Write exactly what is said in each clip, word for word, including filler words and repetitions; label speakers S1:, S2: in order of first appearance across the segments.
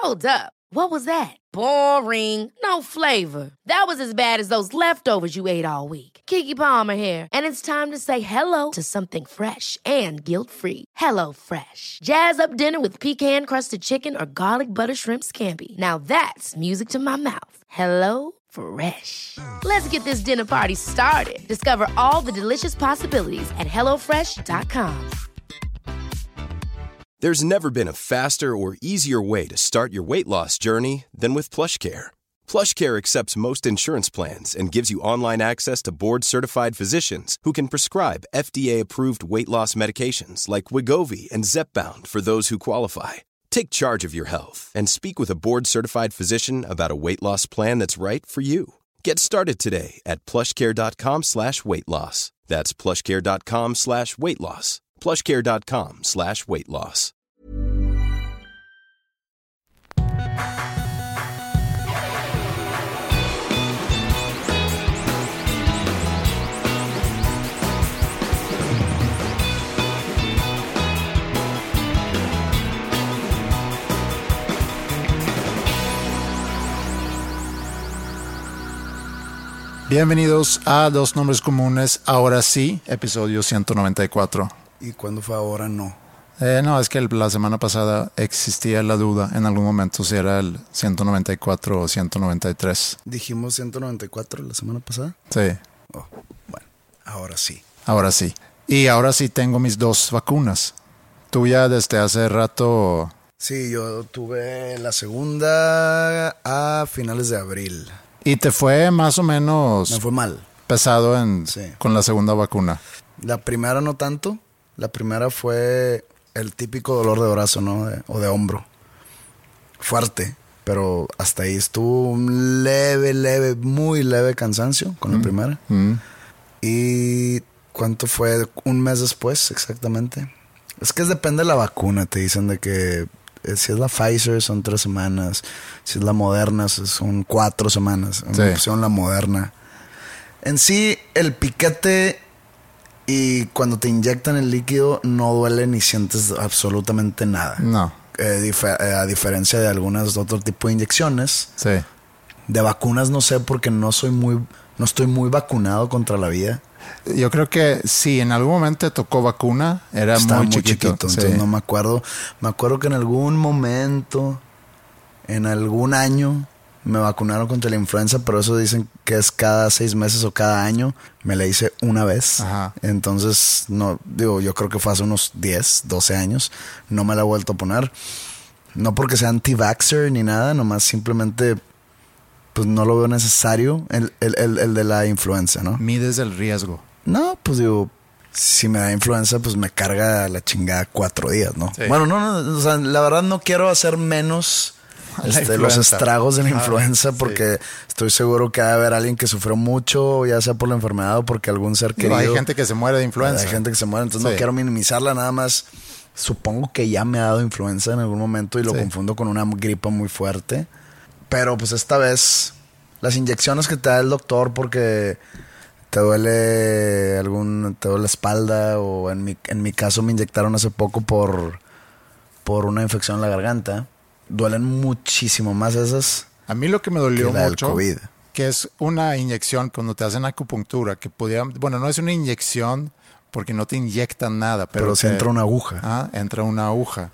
S1: Hold up. What was that? Boring. No flavor. That was as bad as those leftovers you ate all week. Keke Palmer here. And it's time to say hello to something fresh and guilt-free. Hello Fresh. Jazz up dinner with pecan-crusted chicken or garlic butter shrimp scampi. Now that's music to my mouth. Hello Fresh. Let's get this dinner party started. Discover all the delicious possibilities at hello fresh dot com.
S2: There's never been a faster or easier way to start your weight loss journey than with PlushCare. PlushCare accepts most insurance plans and gives you online access to board-certified physicians who can prescribe F D A-approved weight loss medications like Wegovy and Zepbound for those who qualify. Take charge of your health and speak with a board-certified physician about a weight loss plan that's right for you. Get started today at plushcare.com slash weight loss. That's plushcare.com slash weight loss. plushcare.com slash weight loss.
S3: Bienvenidos a Dos Nombres Comunes, ahora sí, episodio ciento noventa y cuatro.
S4: ¿Y cuándo fue ahora no?
S3: Eh, no, es que el, la semana pasada existía la duda en algún momento si era el ciento noventa y cuatro o ciento noventa y tres.
S4: ¿Dijimos ciento noventa y cuatro la semana pasada?
S3: Sí.
S4: Oh, bueno, ahora sí.
S3: Ahora sí. Y ahora sí tengo mis dos vacunas. Tú ya desde hace rato...
S4: Sí, yo tuve la segunda a finales de abril.
S3: ¿Y te fue más o menos...
S4: Me fue mal.
S3: Pesado en,
S4: sí. con
S3: la segunda vacuna?
S4: La primera no tanto. La primera fue el típico dolor de brazo, ¿no? De, o de hombro. Fuerte. Pero hasta ahí estuvo un leve, leve, muy leve cansancio con mm. la primera. Mm. ¿Y cuánto fue? Un mes después, exactamente. Es que depende de la vacuna. Te dicen de que... Si es la Pfizer son tres semanas. Si es la Moderna son cuatro semanas.
S3: Sí.
S4: Me pusieron la Moderna. En sí, el piquete y cuando te inyectan el líquido no duele ni sientes absolutamente nada.
S3: No.
S4: Eh, dif- eh, a diferencia de algunas otro tipo de inyecciones.
S3: Sí.
S4: De vacunas no sé porque no soy muy, no estoy muy vacunado contra la vida.
S3: Yo creo que si en algún momento te tocó vacuna, era
S4: Estaba
S3: muy
S4: muy
S3: chiquito.
S4: chiquito, entonces
S3: sí.
S4: no me acuerdo. Me acuerdo que en algún momento, en algún año, me vacunaron contra la influenza, pero eso dicen que es cada seis meses o cada año. Me la hice una vez.
S3: Ajá.
S4: Entonces, no, digo, yo creo que fue hace unos diez, doce años. No me la he vuelto a poner. No porque sea anti-vaxxer ni nada, nomás simplemente... pues no lo veo necesario, el, el, el, el de la influenza, ¿no?
S3: Mides el riesgo.
S4: No, pues digo, si me da influenza, pues me carga la chingada cuatro días, ¿no?
S3: Sí.
S4: Bueno, no, no, o sea, la verdad no quiero hacer menos este, los estragos de la ah, influenza porque sí. Estoy seguro que va a haber alguien que sufrió mucho, ya sea por la enfermedad o porque algún ser querido...
S3: No, hay gente que se muere de influenza.
S4: Hay gente que se muere, entonces
S3: sí.
S4: No quiero minimizarla, nada más... Supongo que ya me ha dado influenza en algún momento y lo sí. confundo con una gripa muy fuerte. Pero pues esta vez... Las inyecciones que te da el doctor porque te duele algún, te duele la espalda o en mi, en mi caso me inyectaron hace poco por, por una infección en la garganta. Duelen muchísimo más esas.
S3: A mí lo que me dolió
S4: que
S3: mucho,
S4: COVID.
S3: Que es una inyección cuando te hacen acupuntura, que podía, bueno, no es una inyección porque no te inyectan nada. Pero,
S4: pero si
S3: te,
S4: entra una aguja.
S3: Ah, entra una aguja.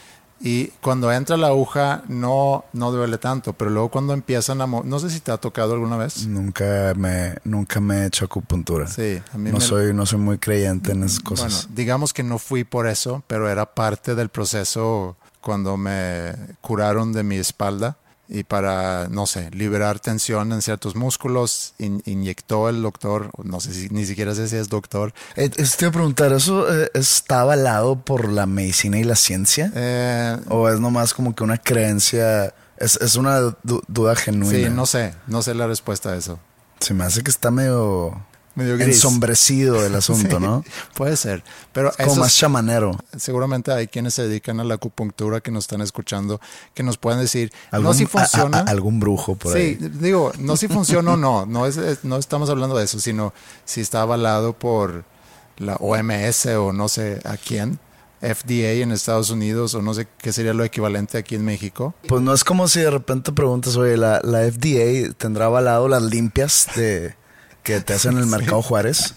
S3: Y cuando entra la aguja no, no duele tanto, pero luego cuando empiezan a... Mo- no sé si te ha tocado alguna vez.
S4: Nunca me, nunca me he hecho acupuntura.
S3: Sí, a mí
S4: no,
S3: me...
S4: soy, no soy muy creyente en esas cosas.
S3: Bueno, digamos que no fui por eso, pero era parte del proceso cuando me curaron de mi espalda. Y para, no sé, liberar tensión en ciertos músculos, in, inyectó el doctor, no sé si ni siquiera sé si es doctor.
S4: Eh, te iba a preguntar, ¿eso eh, está avalado por la medicina y la ciencia?
S3: Eh,
S4: ¿O es nomás como que una creencia, es, es una du- duda genuina?
S3: Sí, no sé, no sé la respuesta a eso.
S4: Se me hace que está medio...
S3: medio gris.
S4: Ensombrecido el asunto,
S3: sí,
S4: ¿no?
S3: Puede ser. Pero
S4: es como
S3: eso
S4: más
S3: es,
S4: chamanero.
S3: Seguramente hay quienes se dedican a la acupuntura que nos están escuchando, que nos pueden decir,
S4: ¿Algún,
S3: no si funciona.
S4: A, a, algún brujo por
S3: sí,
S4: ahí.
S3: Sí, digo, no si funciona o no. No, es, es, no estamos hablando de eso, sino si está avalado por la O M S o no sé a quién. F D A en Estados Unidos, o no sé qué sería lo equivalente aquí en México.
S4: Pues no es como si de repente preguntas, oye, la, la F D A tendrá avalado las limpias de que te hacen en el Mercado sí. Juárez.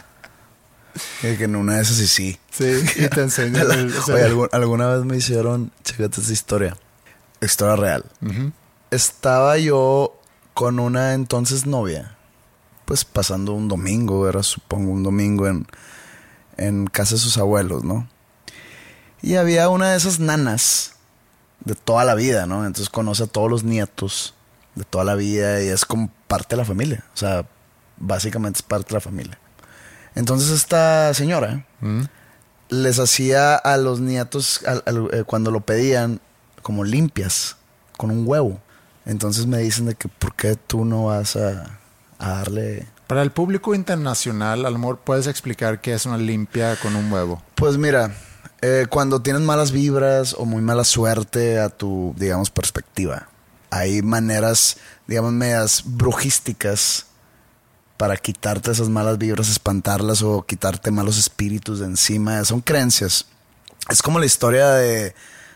S4: Y que en una de esas sí sí.
S3: Sí, y te enseñan. El,
S4: o sea, oye, algún, alguna vez me hicieron, chécate esa historia. Historia real. Uh-huh. Estaba yo con una entonces novia, pues pasando un domingo, era supongo un domingo en, en casa de sus abuelos, ¿no? Y había una de esas nanas de toda la vida, ¿no? Entonces conoce a todos los nietos de toda la vida y es como parte de la familia. O sea, básicamente es parte de la familia. Entonces esta señora ¿Mm? les hacía a los nietos, al, al, eh, cuando lo pedían, como limpias, con un huevo. Entonces me dicen de que ¿por qué tú no vas a, a darle...?
S3: Para el público internacional, a lo mejor puedes explicar qué es una limpia con un huevo.
S4: Pues mira, eh, cuando tienes malas vibras o muy mala suerte a tu, digamos, perspectiva, hay maneras, digamos, medias brujísticas para quitarte esas malas vibras, espantarlas o quitarte malos espíritus de encima. Son creencias. Es como la historia de,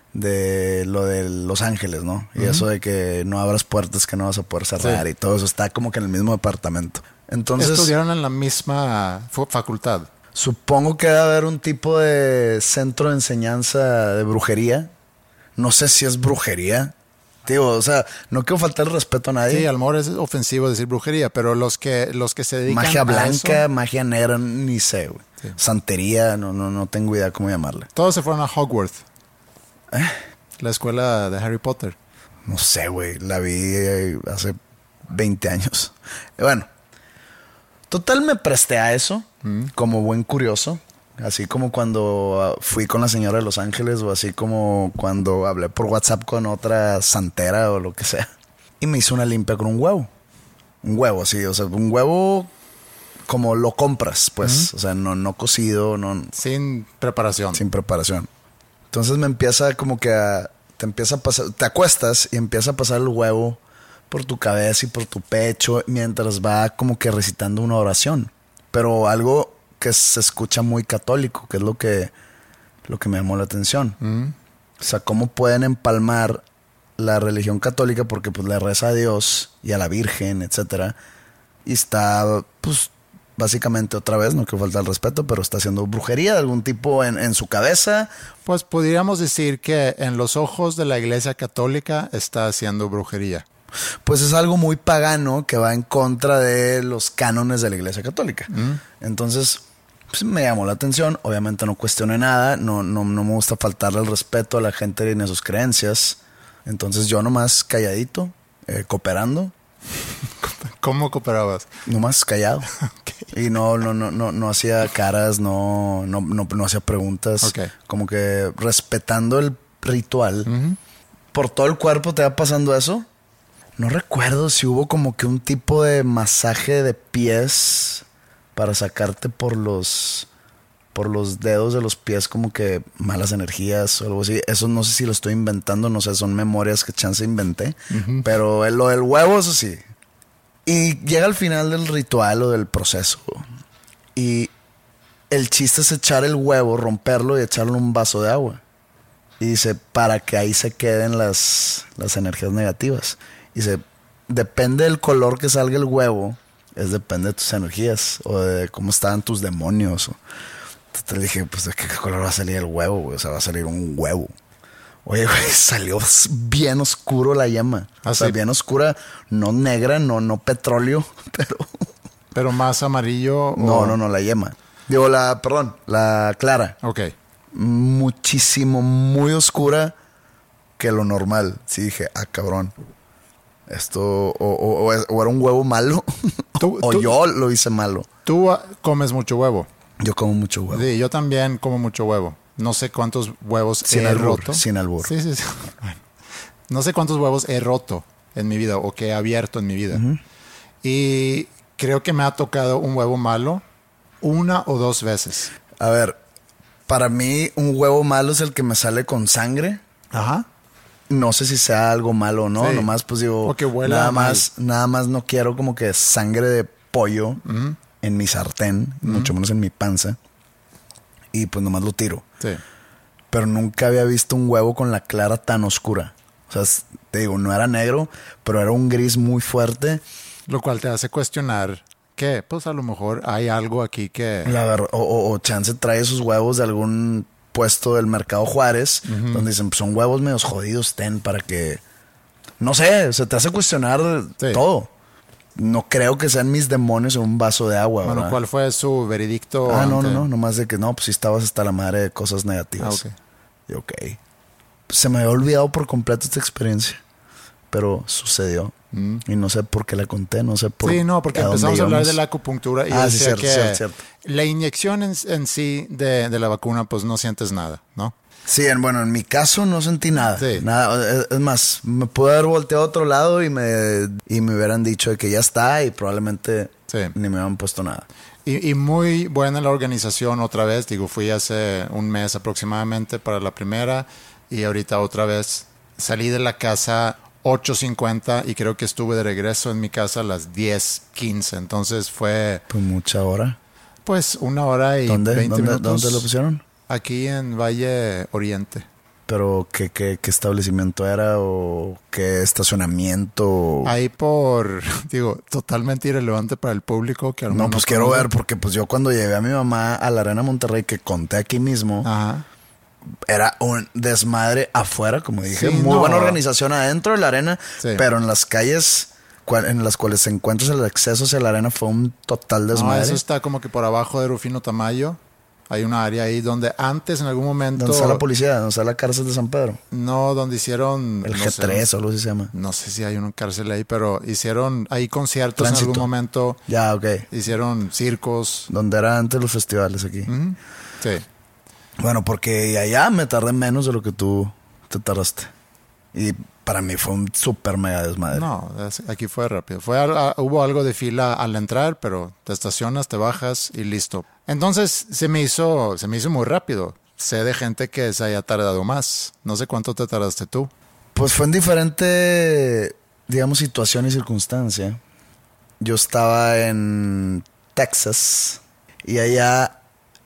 S4: de lo de Los Ángeles, ¿no? Uh-huh. Y eso de que no abras puertas que no vas a poder cerrar, sí. Y todo eso está como que en el mismo departamento. Entonces,
S3: ¿estudiaron en la misma facultad?
S4: Supongo que debe haber un tipo de centro de enseñanza de brujería. No sé si es brujería. Tío, o sea, no quiero faltar el respeto a nadie.
S3: Sí, a lo mejor es ofensivo decir brujería, pero los que, los que se dedican
S4: magia
S3: a
S4: blanca,
S3: eso,
S4: magia negra, ni sé, güey. Sí. Santería, no, no, no tengo idea cómo llamarle.
S3: Todos se fueron a Hogwarts. ¿Eh? La escuela de Harry Potter.
S4: No sé, güey. La vi hace veinte años. Bueno, total me presté a eso mm. como buen curioso. Así como cuando fui con la señora de Los Ángeles, o así como cuando hablé por WhatsApp con otra santera o lo que sea. Y me hizo una limpia con un huevo. Un huevo, sí. O sea, un huevo como lo compras, pues. Uh-huh. O sea, no, no cocido, no...
S3: Sin preparación.
S4: Sin preparación. Entonces me empieza como que a... Te empieza a pasar... Te acuestas y empieza a pasar el huevo por tu cabeza y por tu pecho mientras va como que recitando una oración. Pero algo que se escucha muy católico, que es lo que, lo que me llamó la atención. Mm. O sea, cómo pueden empalmar la religión católica, porque pues le reza a Dios y a la Virgen, etcétera, y está, pues, básicamente otra vez, no quiero faltar el respeto, pero está haciendo brujería de algún tipo en, en su cabeza.
S3: Pues podríamos decir que en los ojos de la Iglesia Católica está haciendo brujería.
S4: Pues es algo muy pagano que va en contra de los cánones de la Iglesia Católica. Mm. Entonces, pues me llamó la atención. Obviamente no cuestioné nada. No, no, no me gusta faltarle el respeto a la gente ni a sus creencias. Entonces yo nomás calladito, eh, cooperando.
S3: ¿Cómo cooperabas?
S4: Nomás callado. Okay. Y no, no, no, no, no hacía caras, no, no, no, no hacía preguntas. Okay. Como que respetando el ritual. Uh-huh. Por todo el cuerpo te va pasando eso. No recuerdo si hubo como que un tipo de masaje de pies para sacarte por los por los dedos de los pies como que malas energías o algo así. Eso no sé si lo estoy inventando, no sé, son memorias que chance inventé. Uh-huh. Pero lo del huevo, eso sí. Y llega al final del ritual o del proceso. Y el chiste es echar el huevo, romperlo y echarlo en un vaso de agua. Y dice, para que ahí se queden las, las energías negativas. Y dice, depende del color que salga el huevo, es depende de tus energías o de cómo estaban tus demonios. Entonces le dije, pues ¿de qué color va a salir el huevo, güey? O sea, va a salir un huevo. Oye, güey, salió bien oscuro la llama. ¿Ah, o sea, sí? Bien oscura, no negra, no, no petróleo, pero...
S3: ¿Pero más amarillo? O...
S4: No, no, no, la yema. Digo, la, perdón, la clara.
S3: Ok.
S4: Muchísimo, muy oscura que lo normal. Sí dije, ah, cabrón. Esto, o, o, o era un huevo malo, ¿Tú, o tú, yo lo hice malo.
S3: Tú comes mucho huevo.
S4: Yo como mucho huevo.
S3: Sí, yo también como mucho huevo. No sé cuántos huevos
S4: sin
S3: he
S4: albur,
S3: roto.
S4: Sin albur.
S3: Sí, sí, sí. Bueno, no sé cuántos huevos he roto en mi vida o que he abierto en mi vida. Uh-huh. Y creo que me ha tocado un huevo malo una o dos veces.
S4: A ver, para mí un huevo malo es el que me sale con sangre.
S3: Ajá.
S4: No sé si sea algo malo o no, sí. Nomás pues digo,
S3: o que huela
S4: nada
S3: mal.
S4: más, nada más no quiero como que sangre de pollo uh-huh. en mi sartén, uh-huh. mucho menos en mi panza. Y pues nomás lo tiro.
S3: Sí.
S4: pero nunca había visto un huevo con la clara tan oscura. O sea, te digo, no era negro, pero era un gris muy fuerte.
S3: Lo cual te hace cuestionar que, pues a lo mejor hay algo aquí que...
S4: La verdad, o, o, o chance trae esos huevos de algún puesto del Mercado Juárez, uh-huh. donde dicen, pues son huevos medios jodidos, ten, para que... No sé, se te hace cuestionar sí. todo. No creo que sean mis demonios en un vaso de agua.
S3: Bueno,
S4: ¿verdad?
S3: ¿cuál fue su veredicto?
S4: Ah, no,
S3: ante...
S4: no, no, nomás de que no, pues si estabas hasta la madre de cosas negativas.
S3: Ah, ok.
S4: Y ok. Se me había olvidado por completo esta experiencia, pero sucedió. Mm. Y no sé por qué la conté, no sé por qué.
S3: Sí, no, porque empezamos a hablar de la acupuntura y
S4: ah,
S3: yo
S4: sí,
S3: decía
S4: cierto,
S3: que
S4: cierto, cierto.
S3: la inyección en, en sí de, de la vacuna, pues no sientes nada, ¿no?
S4: Sí, en, bueno, en mi caso no sentí nada.
S3: Sí.
S4: nada es, es más, me pude haber volteado a otro lado y me, y me hubieran dicho de que ya está y probablemente sí. ni me hubieran puesto nada.
S3: Y, y muy buena la organización otra vez. Digo, fui hace un mes aproximadamente para la primera y ahorita otra vez salí de la casa ocho cincuenta y creo que estuve de regreso en mi casa a las diez quince. Entonces fue...
S4: Pues mucha hora.
S3: Pues una hora y
S4: ¿Dónde?
S3: veinte
S4: ¿Dónde,
S3: minutos.
S4: ¿Dónde lo pusieron?
S3: Aquí en Valle Oriente.
S4: ¿Pero qué, qué, qué establecimiento era o qué estacionamiento?
S3: Ahí por, digo, totalmente irrelevante para el público. Que
S4: no, pues quiero ver, porque pues yo cuando llevé a mi mamá a la Arena Monterrey, que conté aquí mismo,
S3: ajá.
S4: era un desmadre afuera, como dije.
S3: Sí,
S4: muy
S3: no.
S4: buena organización adentro de la arena, sí. pero en las calles en las cuales se encuentra el acceso hacia la arena fue un total desmadre.
S3: No, eso está como que por abajo de Rufino Tamayo. Hay una área ahí donde antes en algún momento...
S4: ¿Dónde está la policía? ¿Dónde está la cárcel de San Pedro?
S3: No, donde hicieron...
S4: El
S3: no
S4: G tres
S3: sé,
S4: o algo así se llama.
S3: No sé si hay una cárcel ahí, pero hicieron ahí conciertos
S4: Tránsito.
S3: en algún momento.
S4: Ya, ok.
S3: Hicieron circos.
S4: Donde eran antes los festivales aquí.
S3: Uh-huh. Sí.
S4: Bueno, porque allá me tardé menos de lo que tú te tardaste. Y para mí fue un súper mega desmadre.
S3: No, aquí fue rápido. Fue a, hubo algo de fila al entrar, pero te estacionas, te bajas y listo. Entonces se me hizo, se me hizo muy rápido. Sé de gente que se haya tardado más. No sé cuánto te tardaste tú.
S4: Pues fue en diferente, digamos, situación y circunstancia. Yo estaba en Texas y allá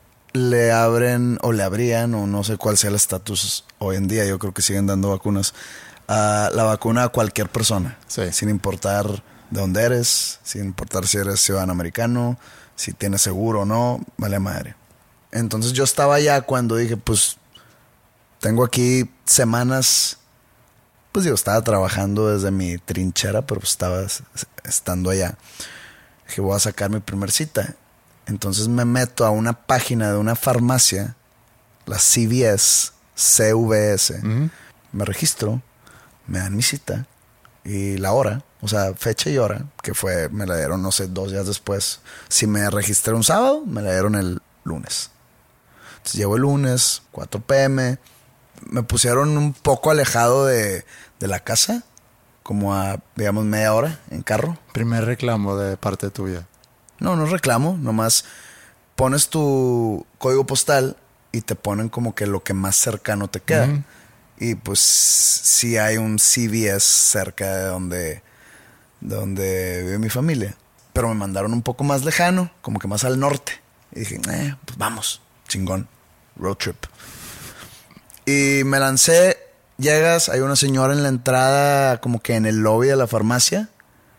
S4: le abren o le abrían, o no sé cuál sea el estatus hoy en día, yo creo que siguen dando vacunas, uh, la vacuna a cualquier persona,
S3: sí.
S4: sin importar de dónde eres, sin importar si eres ciudadano americano, si tienes seguro o no, vale madre. Entonces yo estaba allá cuando dije, pues tengo aquí semanas, pues digo, estaba trabajando desde mi trinchera, pero pues estaba estando allá. Dije, voy a sacar mi primer cita. Entonces me meto a una página de una farmacia, la C V S, C V S. Uh-huh. Me registro, me dan mi cita y la hora, o sea, fecha y hora, que fue, me la dieron, no sé, dos días después. Si me registré un sábado, me la dieron el lunes. Entonces llego el lunes, cuatro p.m. Me pusieron un poco alejado de, de la casa, como a, digamos, media hora en carro.
S3: Primer reclamo de parte tuya.
S4: No, no reclamo, nomás pones tu código postal y te ponen como que lo que más cercano te queda. Uh-huh. Y pues sí hay un C V S cerca de donde, de donde vive mi familia. Pero me mandaron un poco más lejano, como que más al norte. Y dije, eh, pues vamos, chingón, road trip. Y me lancé, llegas, hay una señora en la entrada, como que en el lobby de la farmacia.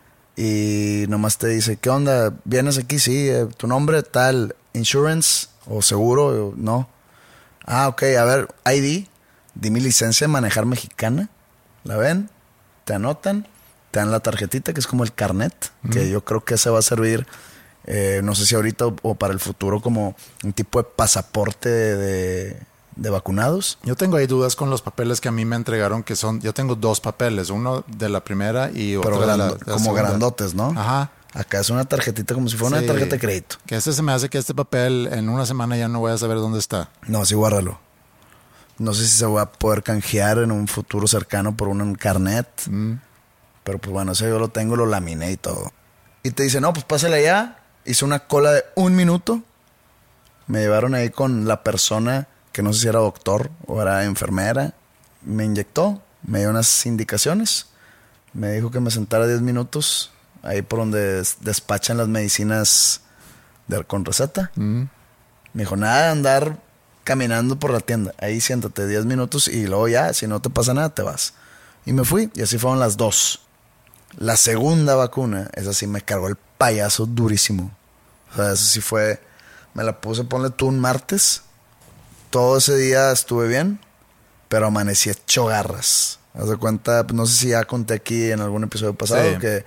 S4: Y nomás te dice, ¿qué onda? ¿Vienes aquí? Sí, eh, ¿tu nombre tal? ¿Insurance? ¿O seguro? No. Ah, ok, a ver, I D. Di mi licencia de manejar mexicana. ¿La ven? Te anotan. Te dan la tarjetita, que es como el carnet. Mm. Que yo creo que ese va a servir, eh, no sé si ahorita o, o para el futuro, como un tipo de pasaporte de... de de vacunados.
S3: Yo tengo ahí dudas con los papeles que a mí me entregaron, que son, yo tengo dos papeles, uno de la primera y otro
S4: Pero
S3: de
S4: grando,
S3: la, de la
S4: como
S3: segunda.
S4: Grandotes, ¿no?
S3: Ajá.
S4: Acá es una tarjetita como si fuera
S3: sí,
S4: una tarjeta de crédito.
S3: Que este se me hace que este papel en una semana ya no voy a saber dónde está.
S4: No, sí, guárdalo. No sé si se va a poder canjear en un futuro cercano por un carnet. Mm. Pero pues bueno, ese yo lo tengo, lo laminé y todo. Y te dice, no, pues pásale allá. Hice una cola de un minuto. Me llevaron ahí con la persona que no sé si era doctor o era enfermera. Me inyectó, me dio unas indicaciones. Me dijo que me sentara diez minutos ahí por donde despachan las medicinas de, con receta. Mm. Me dijo, nada de andar caminando por la tienda. Ahí siéntate diez minutos y luego ya, si no te pasa nada, te vas. Y me fui y así fueron las dos. La segunda vacuna, esa sí me cargó el payaso durísimo. O sea, eso sí fue... Me la puse, ponle tú, un martes. Todo ese día estuve bien, pero amanecí hecho garras. Haz de cuenta, no sé si ya conté aquí en algún episodio pasado, sí, que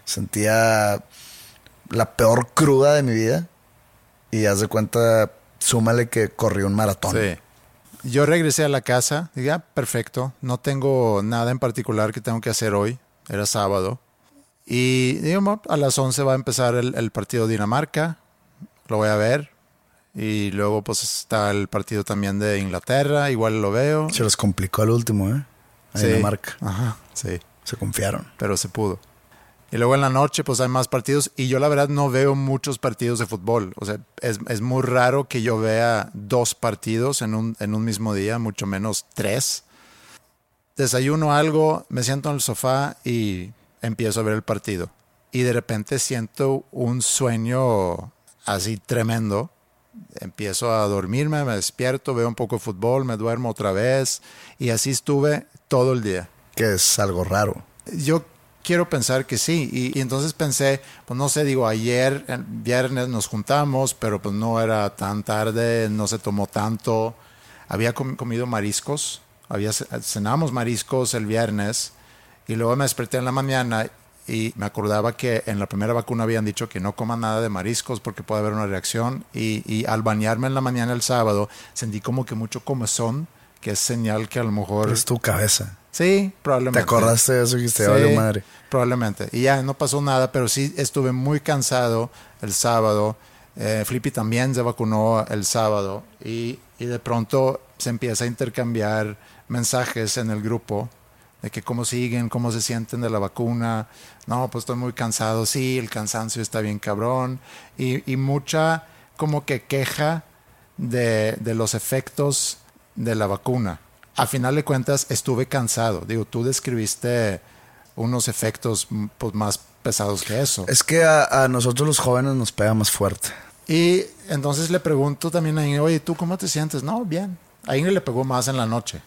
S4: sentía la peor cruda de mi vida. Y haz de cuenta, súmale que corrí un maratón.
S3: Sí. Yo regresé a la casa, dije, ah, perfecto, no tengo nada en particular que tengo que hacer hoy. Era sábado. Y digamos, a las once va a empezar el, el partido de Dinamarca. Lo voy a ver. Y luego pues está el partido también de Inglaterra. Igual lo veo.
S4: Se les complicó al último, ¿eh? A
S3: sí.
S4: Dinamarca.
S3: Ajá, sí.
S4: Se confiaron.
S3: Pero se pudo. Y luego en la noche pues hay más partidos. Y yo la verdad no veo muchos partidos de fútbol. O sea, es, es muy raro que yo vea dos partidos en un, en un mismo día. Mucho menos tres. Desayuno algo, me siento en el sofá y empiezo a ver el partido. Y de repente siento un sueño así tremendo. Empiezo a dormirme, me despierto, veo un poco de fútbol, me duermo otra vez. Y así estuve todo el día.
S4: Que es algo raro.
S3: Yo quiero pensar que sí. Y, y entonces pensé, pues no sé, digo, ayer, el viernes nos juntamos, pero pues no era tan tarde, no se tomó tanto. Había com- comido mariscos. Había, cenamos mariscos el viernes y luego me desperté en la mañana y me acordaba que en la primera vacuna habían dicho que no coman nada de mariscos porque puede haber una reacción y, y al bañarme en la mañana el sábado sentí como que mucho comezón, que es señal que a lo mejor...
S4: Es tu cabeza.
S3: Sí, probablemente.
S4: ¿Te acordaste de eso y dijiste,
S3: sí,
S4: vale madre?
S3: Probablemente. Y ya no pasó nada, pero sí estuve muy cansado el sábado. Eh, Flippy también se vacunó el sábado y, y de pronto se empieza a intercambiar mensajes en el grupo de que cómo siguen, cómo se sienten de la vacuna. No, pues estoy muy cansado. Sí, el cansancio está bien cabrón. Y, y mucha como que queja de, de los efectos de la vacuna. A final de cuentas, estuve cansado. Digo, tú describiste unos efectos pues, más pesados que eso.
S4: Es que a, a nosotros los jóvenes nos pega más fuerte.
S3: Y entonces le pregunto también a Ingrid, oye, ¿tú cómo te sientes? No, bien. A Ingrid le pegó más en la noche.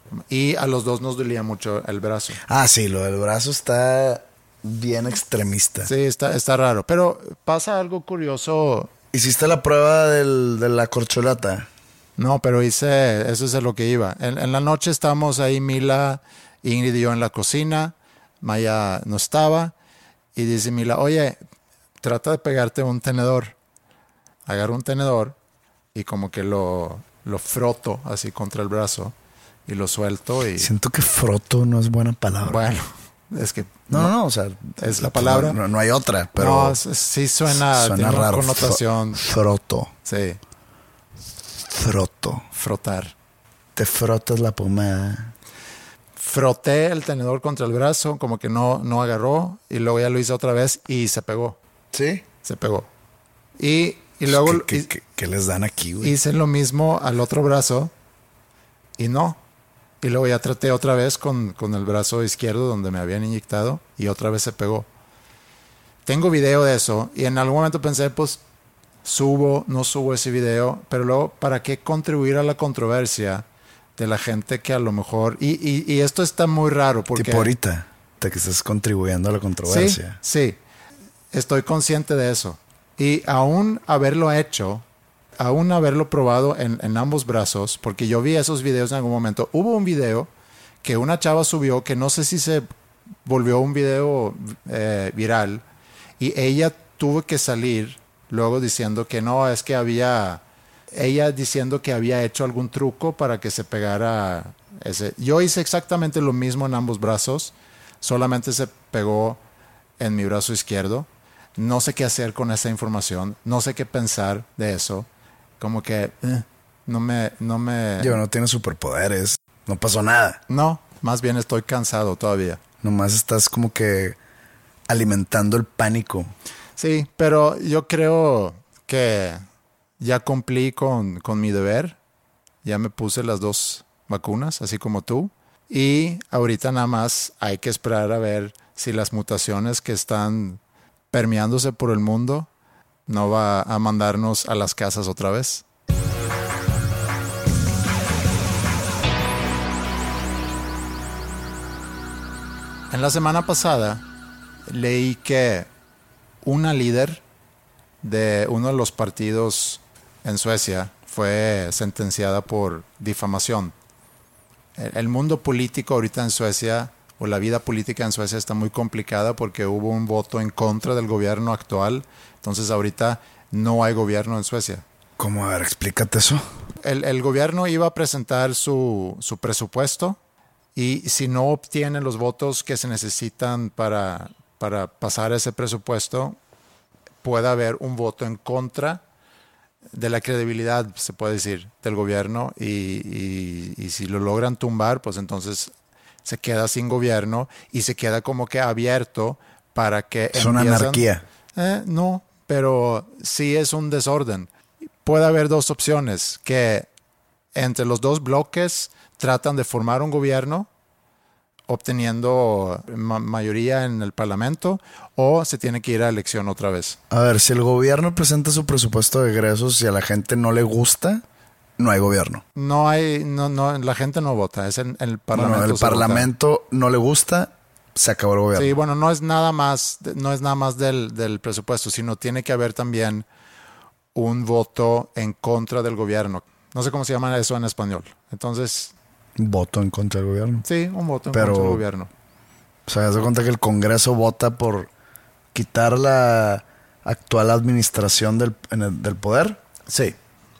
S3: Y a los dos nos dolía mucho el brazo.
S4: Ah, sí, lo del brazo está bien extremista.
S3: Sí, está, está raro. Pero pasa algo curioso.
S4: ¿Hiciste la prueba del, de la corcholata?
S3: No, pero hice, eso es a lo que iba. En, en la noche estábamos ahí, Mila, Ingrid y yo en la cocina. Maya no estaba. Y dice Mila, oye, trata de pegarte un tenedor. Agarro un tenedor y como que lo, lo froto así contra el brazo. Y lo suelto y...
S4: Siento que froto no es buena palabra.
S3: Bueno, es que...
S4: No, no, no, o sea...
S3: Es la palabra.
S4: No, no hay otra, pero...
S3: No, sí suena...
S4: Suena
S3: tiene
S4: raro.
S3: Una connotación...
S4: Froto.
S3: Sí.
S4: Froto.
S3: Frotar.
S4: Te frotas la pomada.
S3: Froté el tenedor contra el brazo, como que no, no agarró. Y luego ya lo hice otra vez y se pegó.
S4: ¿Sí?
S3: Se pegó. Y, y luego...
S4: ¿Qué, qué, qué, qué les dan aquí, güey?
S3: Hice lo mismo al otro brazo y no. Y luego ya traté otra vez con, con el brazo izquierdo donde me habían inyectado y otra vez se pegó. Tengo video de eso y en algún momento pensé, pues, subo, no subo ese video, pero luego, ¿para qué contribuir a la controversia de la gente que a lo mejor... Y, y, y esto está muy raro porque...
S4: Tipo ahorita, de que estás contribuyendo a la controversia.
S3: Sí, sí, estoy consciente de eso. Y aún haberlo hecho... aún haberlo probado en, en ambos brazos, porque yo vi esos videos en algún momento. Hubo un video que una chava subió, que no sé si se volvió un video eh, viral, y ella tuvo que salir luego diciendo que no, es que había... Ella diciendo que había hecho algún truco para que se pegara ese... Yo hice exactamente lo mismo en ambos brazos, solamente se pegó en mi brazo izquierdo. No sé qué hacer con esa información, no sé qué pensar de eso. Como que eh, no me... no me
S4: Yo no tiene superpoderes. No pasó nada.
S3: No, más bien estoy cansado todavía.
S4: Nomás estás como que alimentando el pánico.
S3: Sí, pero yo creo que ya cumplí con, con mi deber. Ya me puse las dos vacunas, así como tú. Y ahorita nada más hay que esperar a ver si las mutaciones que están permeándose por el mundo no va a mandarnos a las casas otra vez. En la semana pasada leí que una líder de uno de los partidos en Suecia fue sentenciada por difamación. El mundo político ahorita en Suecia, o la vida política en Suecia, está muy complicada porque hubo un voto en contra del gobierno actual. Entonces ahorita no hay gobierno en Suecia.
S4: ¿Cómo? A ver, explícate eso.
S3: El, el gobierno iba a presentar su, su presupuesto y si no obtiene los votos que se necesitan para, para pasar ese presupuesto, puede haber un voto en contra de la credibilidad, se puede decir, del gobierno y, y, y si lo logran tumbar, pues entonces se queda sin gobierno y se queda como que abierto para que
S4: es una
S3: empiezan,
S4: anarquía.
S3: Eh, no, pero sí es un desorden. Puede haber dos opciones, que entre los dos bloques tratan de formar un gobierno obteniendo ma- mayoría en el parlamento, o se tiene que ir a elección otra vez.
S4: A ver, si el gobierno presenta su presupuesto de egresos y a la gente no le gusta, no hay gobierno.
S3: No hay, no, no, la gente no vota, es en, en el parlamento.
S4: Bueno, el
S3: se
S4: parlamento
S3: vota.
S4: no le gusta, se acabó el gobierno.
S3: Sí, bueno, no es nada más, no es nada más del, del presupuesto, sino tiene que haber también un voto en contra del gobierno. No sé cómo se llama eso en español. Entonces,
S4: Voto en contra del gobierno.
S3: sí, un voto en
S4: Pero,
S3: contra del gobierno.
S4: O sea, haz de cuenta que el Congreso vota por quitar la actual administración del, en el- del poder.
S3: Sí.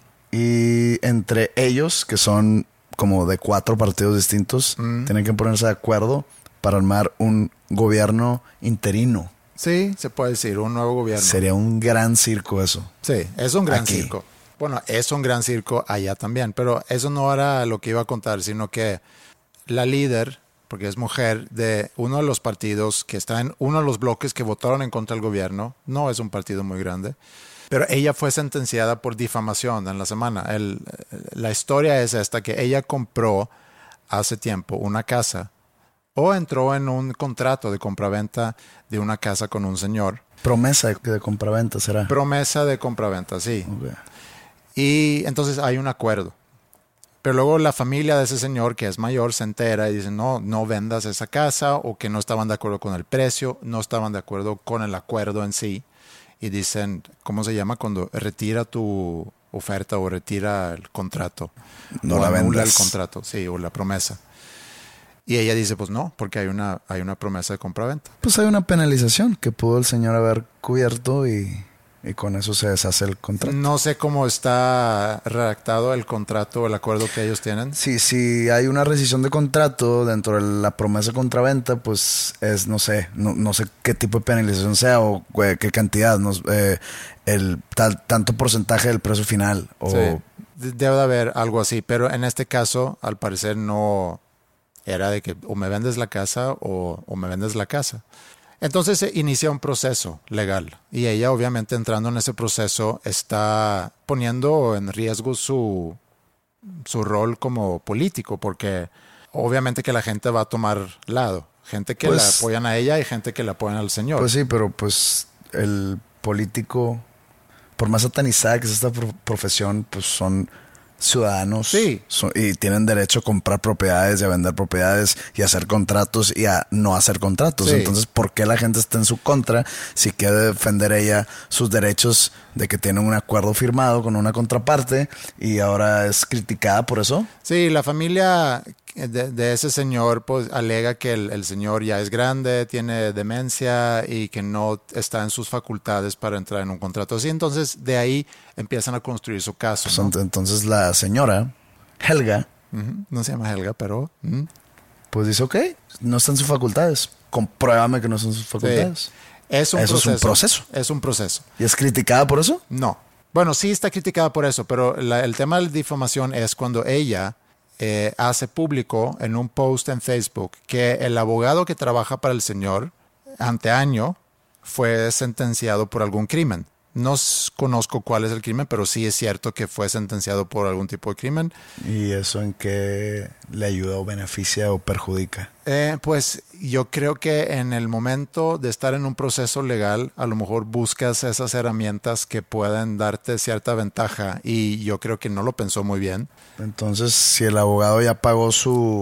S4: Y entre ellos, que son como de cuatro partidos distintos,
S3: Mm.
S4: tienen que ponerse de acuerdo para armar un gobierno interino.
S3: Sí, se puede decir, un nuevo gobierno.
S4: Sería un gran circo eso.
S3: Sí, es un gran
S4: Aquí.
S3: circo. Bueno, es un gran circo allá también, pero eso no era lo que iba a contar, sino que la líder, porque es mujer, de uno de los partidos que está en uno de los bloques que votaron en contra del gobierno, no es un partido muy grande, pero ella fue sentenciada por difamación en la semana. El, la historia es esta, que ella compró hace tiempo una casa o entró en un contrato de compraventa de una casa con un señor.
S4: Promesa de, de compraventa será.
S3: Promesa de compraventa, sí.
S4: Ok.
S3: Y entonces hay un acuerdo. Pero luego la familia de ese señor, que es mayor, se entera y dice, no, no vendas esa casa, o que no estaban de acuerdo con el precio, no estaban de acuerdo con el acuerdo en sí. Y dicen, ¿cómo se llama? Cuando retira tu oferta o retira el contrato.
S4: No
S3: o
S4: la
S3: anula
S4: vendas.
S3: el contrato, sí, o la promesa. Y ella dice, pues no, porque hay una, hay una promesa de compraventa.
S4: Pues hay una penalización que pudo el señor haber cubierto y, y con eso se deshace el contrato.
S3: No sé cómo está redactado el contrato o el acuerdo que ellos tienen.
S4: Sí, si hay una rescisión de contrato dentro de la promesa de compraventa, pues es, no sé, no, no sé qué tipo de penalización sea o eh, qué cantidad, no, eh, el tal, tanto porcentaje del precio final. O,
S3: Sí, de- debe de haber algo así, pero en este caso, al parecer, no era de que o me vendes la casa o, o me vendes la casa. Entonces se inicia un proceso legal y ella, obviamente, entrando en ese proceso, está poniendo en riesgo su, su rol como político, porque obviamente que la gente va a tomar lado. Gente que
S4: Pues-
S3: la apoyan a ella y gente que la apoyan al señor.
S4: Pues sí, pero pues el político, por más satanizada que es esta pro- profesión, pues son ciudadanos.
S3: Sí.
S4: Son- y tienen derecho a comprar propiedades y a vender propiedades y a hacer contratos y a no hacer contratos.
S3: Sí.
S4: Entonces, ¿por qué la gente está en su contra si quiere defender ella sus derechos de que tiene un acuerdo firmado con una contraparte y ahora es criticada por eso?
S3: Sí, la familia de, de ese señor pues alega que el, el señor ya es grande, tiene demencia y que no está en sus facultades para entrar en un contrato así. Entonces de ahí empiezan a construir su caso.
S4: Pues,
S3: ¿no?
S4: ent- Entonces la señora, Helga,
S3: Ujú. No se llama Helga, pero... ujú.
S4: pues dice, ok, no está en sus facultades. Compruébame que no está en sus facultades.
S3: Es un
S4: Eso es
S3: proceso.
S4: un proceso.
S3: Es un proceso.
S4: ¿Y es criticada por eso?
S3: No. Bueno, sí está criticada por eso, pero la- el tema de la difamación es cuando ella eh, hace público en un post en Facebook que el abogado que trabaja para el señor anteaño fue sentenciado por algún crimen. No s- conozco cuál es el crimen, pero sí es cierto que fue sentenciado por algún tipo de crimen.
S4: ¿Y eso en qué le ayuda o beneficia o perjudica?
S3: Eh, pues yo creo que en el momento de estar en un proceso legal, a lo mejor buscas esas herramientas que puedan darte cierta ventaja y yo creo que no lo pensó muy bien.
S4: Entonces, si el abogado ya pagó su,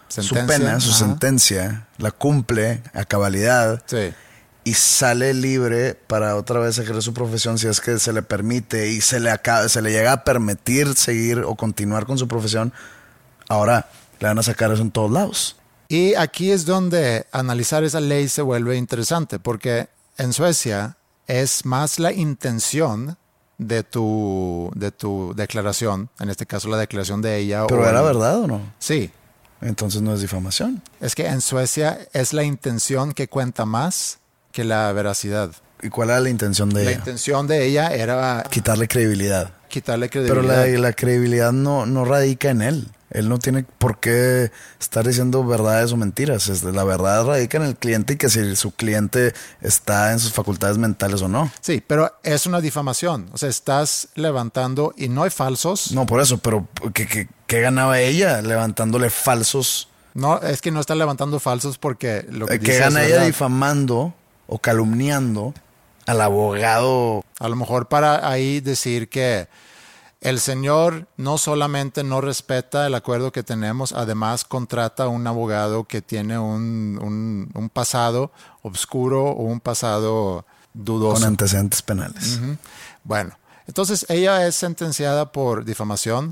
S3: sentencia,
S4: su pena, su
S3: ajá.
S4: sentencia, la cumple a cabalidad.
S3: Sí.
S4: Y sale libre para otra vez ejercer su profesión si es que se le permite y se le, acaba, se le llega a permitir seguir o continuar con su profesión. Ahora le van a sacar eso en todos lados.
S3: Y aquí es donde analizar esa ley se vuelve interesante, porque en Suecia es más la intención de tu, de tu declaración, en este caso la declaración de ella.
S4: ¿Pero
S3: o
S4: era
S3: el...
S4: verdad o no?
S3: Sí.
S4: Entonces no es difamación.
S3: Es que en Suecia es la intención que cuenta más que la veracidad.
S4: ¿Y cuál era la intención de
S3: La
S4: ella?
S3: intención de ella era
S4: Quitarle credibilidad.
S3: quitarle
S4: Pero
S3: credibilidad.
S4: la, la credibilidad no, no radica en él. Él no tiene por qué estar diciendo verdades o mentiras. Es- La verdad radica en el cliente y que si su cliente está en sus facultades mentales o no.
S3: Sí, pero es una difamación. O sea, estás levantando y no hay falsos.
S4: No, por eso, pero ¿qué, qué, qué ganaba ella levantándole falsos?
S3: No, es que no está levantando falsos porque lo que
S4: Eh,
S3: dice
S4: ¿Qué
S3: es
S4: gana ella
S3: verdad.
S4: difamando o calumniando al abogado?
S3: A lo mejor para ahí decir que el señor no solamente no respeta el acuerdo que tenemos, además contrata a un abogado que tiene un, un, un pasado oscuro o un pasado dudoso.
S4: Con antecedentes penales.
S3: Ujú. Bueno, entonces ella es sentenciada por difamación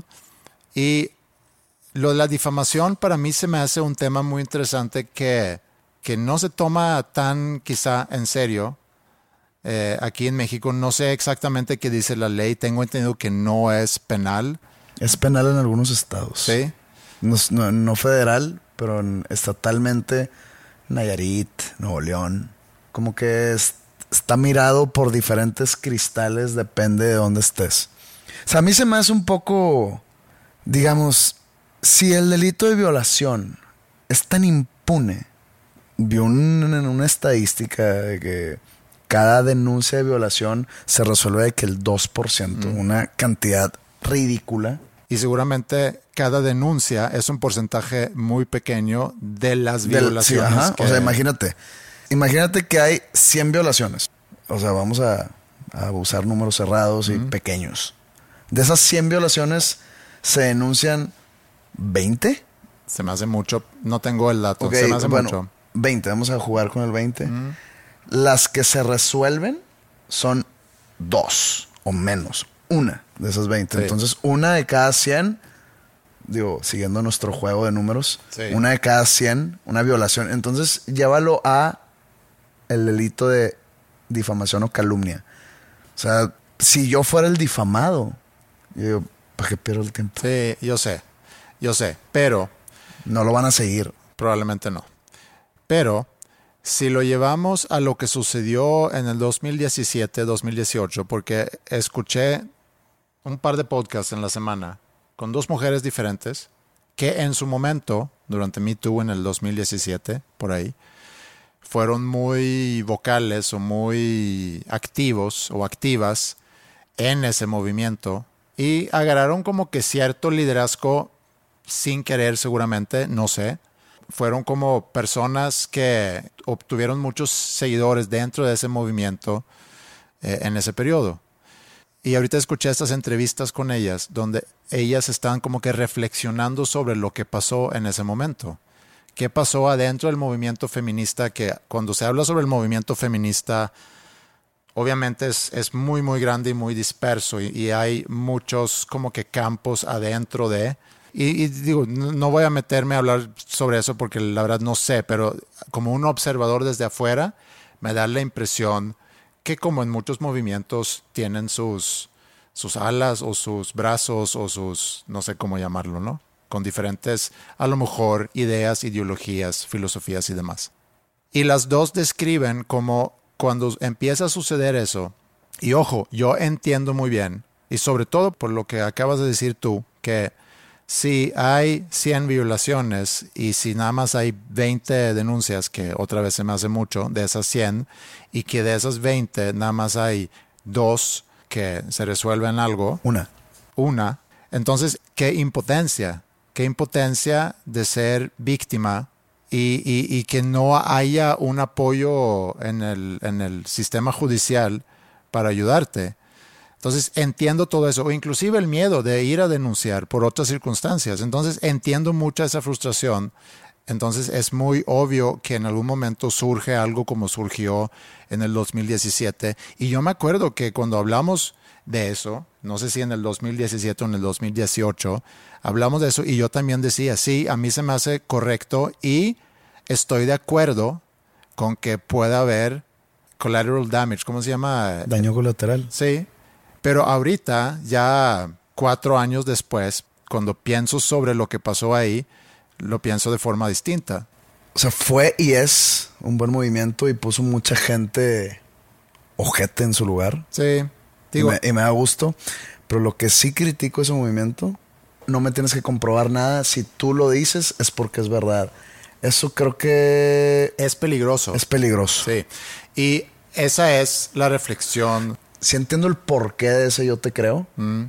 S3: y lo de la difamación para mí se me hace un tema muy interesante que, que no se toma tan quizá en serio. Eh, aquí en México no sé exactamente qué dice la ley, tengo entendido que no es penal.
S4: Es penal en algunos estados.
S3: Sí.
S4: No, es- no- no federal, pero en- estatalmente, Nayarit, Nuevo León. Como que es- está mirado por diferentes cristales, depende de dónde estés. O sea, a mí se me hace un poco, digamos, si el delito de violación es tan impune, vi un- una estadística de que cada denuncia de violación se resuelve de que el dos por ciento, una cantidad ridícula.
S3: Y seguramente cada denuncia es un porcentaje muy pequeño de las
S4: Del-
S3: violaciones.
S4: sí, ajá.
S3: que-
S4: O sea, imagínate. Imagínate que hay cien violaciones. O sea, vamos a, a usar números cerrados y pequeños. De esas cien violaciones se denuncian veinte.
S3: Se me hace mucho, no tengo el dato,
S4: Ok,
S3: se me hace
S4: bueno,
S3: mucho.
S4: veinte. Vamos a jugar con el veinte. Las que se resuelven son dos o menos. Una de esas veinte.
S3: Sí.
S4: Entonces, una de cada cien, digo, siguiendo nuestro juego de números,
S3: Sí.
S4: una de cada cien, una violación. Entonces, llévalo a el delito de difamación o calumnia. O sea, si yo fuera el difamado, yo digo, ¿para qué pierdo el tiempo?
S3: Sí, yo sé, yo sé, pero
S4: No lo van a seguir.
S3: probablemente no. Pero si lo llevamos a lo que sucedió en el dos mil diecisiete, dos mil dieciocho, porque escuché un par de podcasts en la semana con dos mujeres diferentes que en su momento, durante Me Too en el dos mil diecisiete, por ahí, fueron muy vocales o muy activos o activas en ese movimiento y agarraron como que cierto liderazgo sin querer seguramente, no sé. Fueron como personas que obtuvieron muchos seguidores dentro de ese movimiento eh, en ese periodo. Y ahorita escuché estas entrevistas con ellas donde ellas están como que reflexionando sobre lo que pasó en ese momento. ¿Qué pasó adentro del movimiento feminista? Que cuando se habla sobre el movimiento feminista, obviamente es, es muy, muy grande y muy disperso y, y hay muchos como que campos adentro de... Y, y digo, no, no voy a meterme a hablar sobre eso porque la verdad no sé, pero como un observador desde afuera me da la impresión que como en muchos movimientos tienen sus, sus alas o sus brazos o sus, no sé cómo llamarlo, ¿no? Con diferentes, a lo mejor, ideas, ideologías, filosofías y demás. Y las dos describen como cuando empieza a suceder eso, y ojo, yo entiendo muy bien, y sobre todo por lo que acabas de decir tú, que si hay cien violaciones y si nada más hay veinte denuncias, que otra vez se me hace mucho, de esas cien, y que de esas veinte nada más hay dos que se resuelven algo,
S4: Una.
S3: una, entonces, qué impotencia, qué impotencia de ser víctima y, y, y que no haya un apoyo en el, en el sistema judicial para ayudarte. Entonces entiendo todo eso, o inclusive el miedo de ir a denunciar por otras circunstancias. Entonces entiendo mucha esa frustración Entonces es muy obvio que en algún momento surge algo como surgió en el dos mil diecisiete. Y yo me acuerdo que cuando hablamos de eso, no sé si en el dos mil diecisiete o en el dos mil dieciocho, hablamos de eso y yo también decía, sí, a mí se me hace correcto y estoy de acuerdo con que pueda haber collateral damage, ¿cómo se llama?
S4: Daño colateral.
S3: Sí, pero ahorita, ya cuatro años después, cuando pienso sobre lo que pasó ahí, lo pienso de forma distinta.
S4: O sea, fue y es un buen movimiento y puso mucha gente ojete en su lugar.
S3: Sí, digo.
S4: Y me, y me da gusto. Pero lo que sí critico ese movimiento, no me tienes que comprobar nada. Si tú lo dices, es porque es verdad. Eso creo que
S3: es peligroso.
S4: Es peligroso.
S3: Sí. Y esa es la reflexión.
S4: Sí entiendo el porqué de ese yo te creo. Mm.